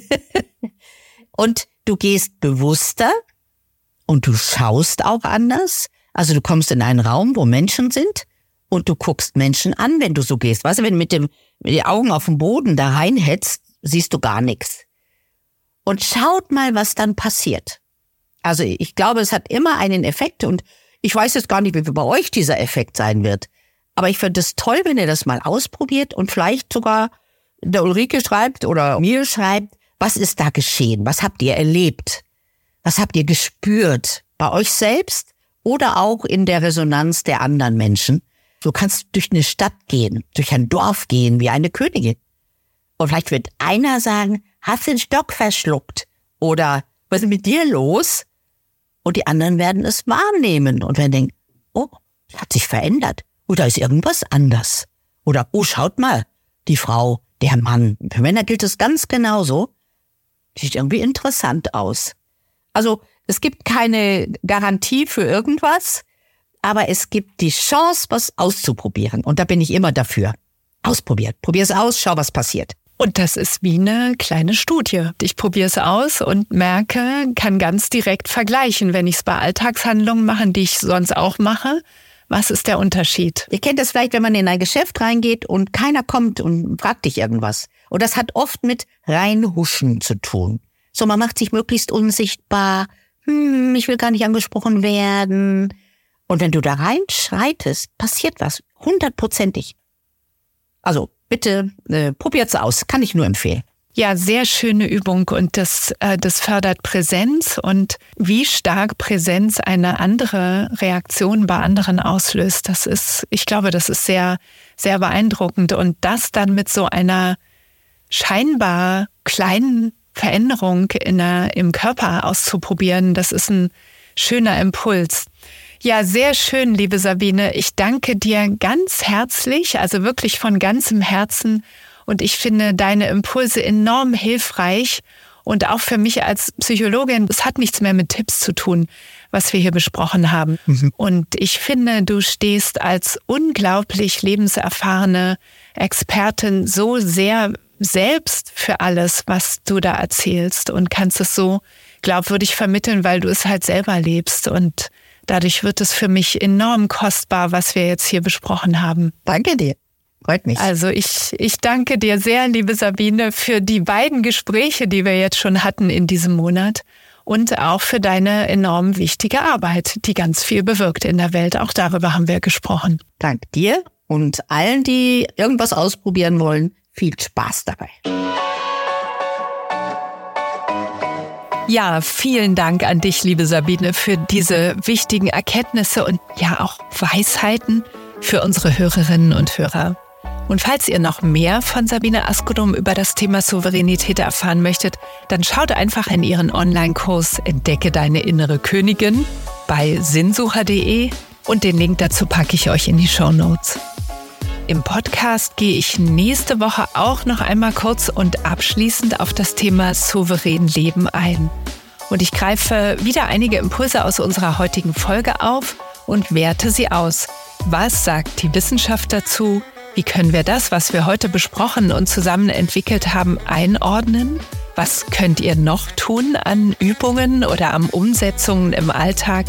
Und du gehst bewusster und du schaust auch anders. Also du kommst in einen Raum, wo Menschen sind und du guckst Menschen an, wenn du so gehst. Weißt du, wenn du mit, dem, mit den Augen auf dem Boden da reinhetzt, siehst du gar nichts. Und schaut mal, was dann passiert. Also ich glaube, es hat immer einen Effekt und ich weiß jetzt gar nicht, wie bei euch dieser Effekt sein wird. Aber ich finde es toll, wenn ihr das mal ausprobiert und vielleicht sogar der Ulrike schreibt oder mir schreibt, was ist da geschehen? Was habt ihr erlebt? Was habt ihr gespürt? Bei euch selbst oder auch in der Resonanz der anderen Menschen? Du kannst durch eine Stadt gehen, durch ein Dorf gehen, wie eine Königin. Und vielleicht wird einer sagen, hast den Stock verschluckt? Oder was ist mit dir los? Und die anderen werden es wahrnehmen und werden denken, oh, hat sich verändert. Oder ist irgendwas anders. Oder, oh, schaut mal, die Frau, der Mann. Für Männer gilt es ganz genauso. Sieht irgendwie interessant aus. Also, es gibt keine Garantie für irgendwas, aber es gibt die Chance, was auszuprobieren. Und da bin ich immer dafür. Ausprobiert. Probier es aus, schau, was passiert. Und das ist wie eine kleine Studie. Ich probiere es aus und merke, kann ganz direkt vergleichen, wenn ich es bei Alltagshandlungen mache, die ich sonst auch mache. Was ist der Unterschied? Ihr kennt das vielleicht, wenn man in ein Geschäft reingeht und keiner kommt und fragt dich irgendwas. Und das hat oft mit reinhuschen zu tun. So, man macht sich möglichst unsichtbar. Hm, ich will gar nicht angesprochen werden. Und wenn du da reinschreitest, passiert was. Hundertprozentig. Also, bitte, äh, probiert's aus. Kann ich nur empfehlen. Ja, sehr schöne Übung und das, äh, das fördert Präsenz und wie stark Präsenz eine andere Reaktion bei anderen auslöst. Das ist, ich glaube, das ist sehr, sehr beeindruckend und das dann mit so einer scheinbar kleinen Veränderung in der, im Körper auszuprobieren, das ist ein schöner Impuls. Ja, sehr schön, liebe Sabine. Ich danke dir ganz herzlich, also wirklich von ganzem Herzen. Und ich finde deine Impulse enorm hilfreich. Und auch für mich als Psychologin, es hat nichts mehr mit Tipps zu tun, was wir hier besprochen haben. Mhm. Und ich finde, du stehst als unglaublich lebenserfahrene Expertin so sehr selbst für alles, was du da erzählst und kannst es so glaubwürdig vermitteln, weil du es halt selber lebst. Und dadurch wird es für mich enorm kostbar, was wir jetzt hier besprochen haben. Danke dir. Freut mich. Also ich, ich danke dir sehr, liebe Sabine, für die beiden Gespräche, die wir jetzt schon hatten in diesem Monat und auch für deine enorm wichtige Arbeit, die ganz viel bewirkt in der Welt. Auch darüber haben wir gesprochen. Danke dir und allen, die irgendwas ausprobieren wollen, viel Spaß dabei. Ja, vielen Dank an dich, liebe Sabine, für diese wichtigen Erkenntnisse und ja auch Weisheiten für unsere Hörerinnen und Hörer. Und falls ihr noch mehr von Sabine Askodum über das Thema Souveränität erfahren möchtet, dann schaut einfach in ihren Online-Kurs Entdecke deine innere Königin bei sinnsucher punkt de und den Link dazu packe ich euch in die Shownotes. Im Podcast gehe ich nächste Woche auch noch einmal kurz und abschließend auf das Thema souverän Leben ein. Und ich greife wieder einige Impulse aus unserer heutigen Folge auf und werte sie aus. Was sagt die Wissenschaft dazu? Wie können wir das, was wir heute besprochen und zusammen entwickelt haben, einordnen? Was könnt ihr noch tun an Übungen oder an Umsetzungen im Alltag?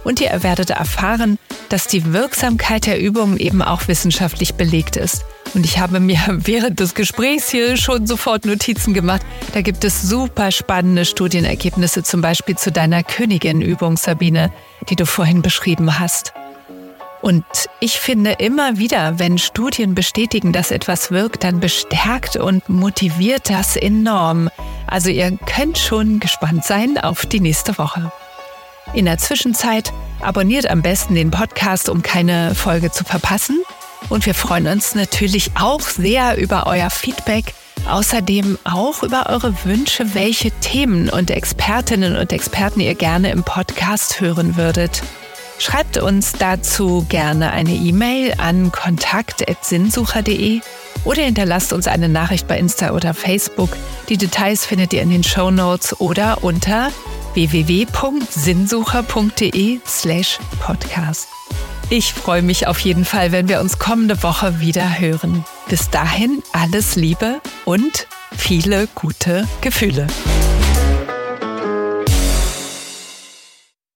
Und ihr werdet erfahren, dass die Wirksamkeit der Übungen eben auch wissenschaftlich belegt ist. Und ich habe mir während des Gesprächs hier schon sofort Notizen gemacht. Da gibt es super spannende Studienergebnisse, zum Beispiel zu deiner Königin-Übung, Sabine, die du vorhin beschrieben hast. Und ich finde immer wieder, wenn Studien bestätigen, dass etwas wirkt, dann bestärkt und motiviert das enorm. Also ihr könnt schon gespannt sein auf die nächste Woche. In der Zwischenzeit abonniert am besten den Podcast, um keine Folge zu verpassen. Und wir freuen uns natürlich auch sehr über euer Feedback. Außerdem auch über eure Wünsche, welche Themen und Expertinnen und Experten ihr gerne im Podcast hören würdet. Schreibt uns dazu gerne eine E-Mail an kontakt at sinnsucher punkt de oder hinterlasst uns eine Nachricht bei Insta oder Facebook. Die Details findet ihr in den Shownotes oder unter w w w punkt sinnsucher punkt de slash podcast. Ich freue mich auf jeden Fall, wenn wir uns kommende Woche wieder hören. Bis dahin alles Liebe und viele gute Gefühle.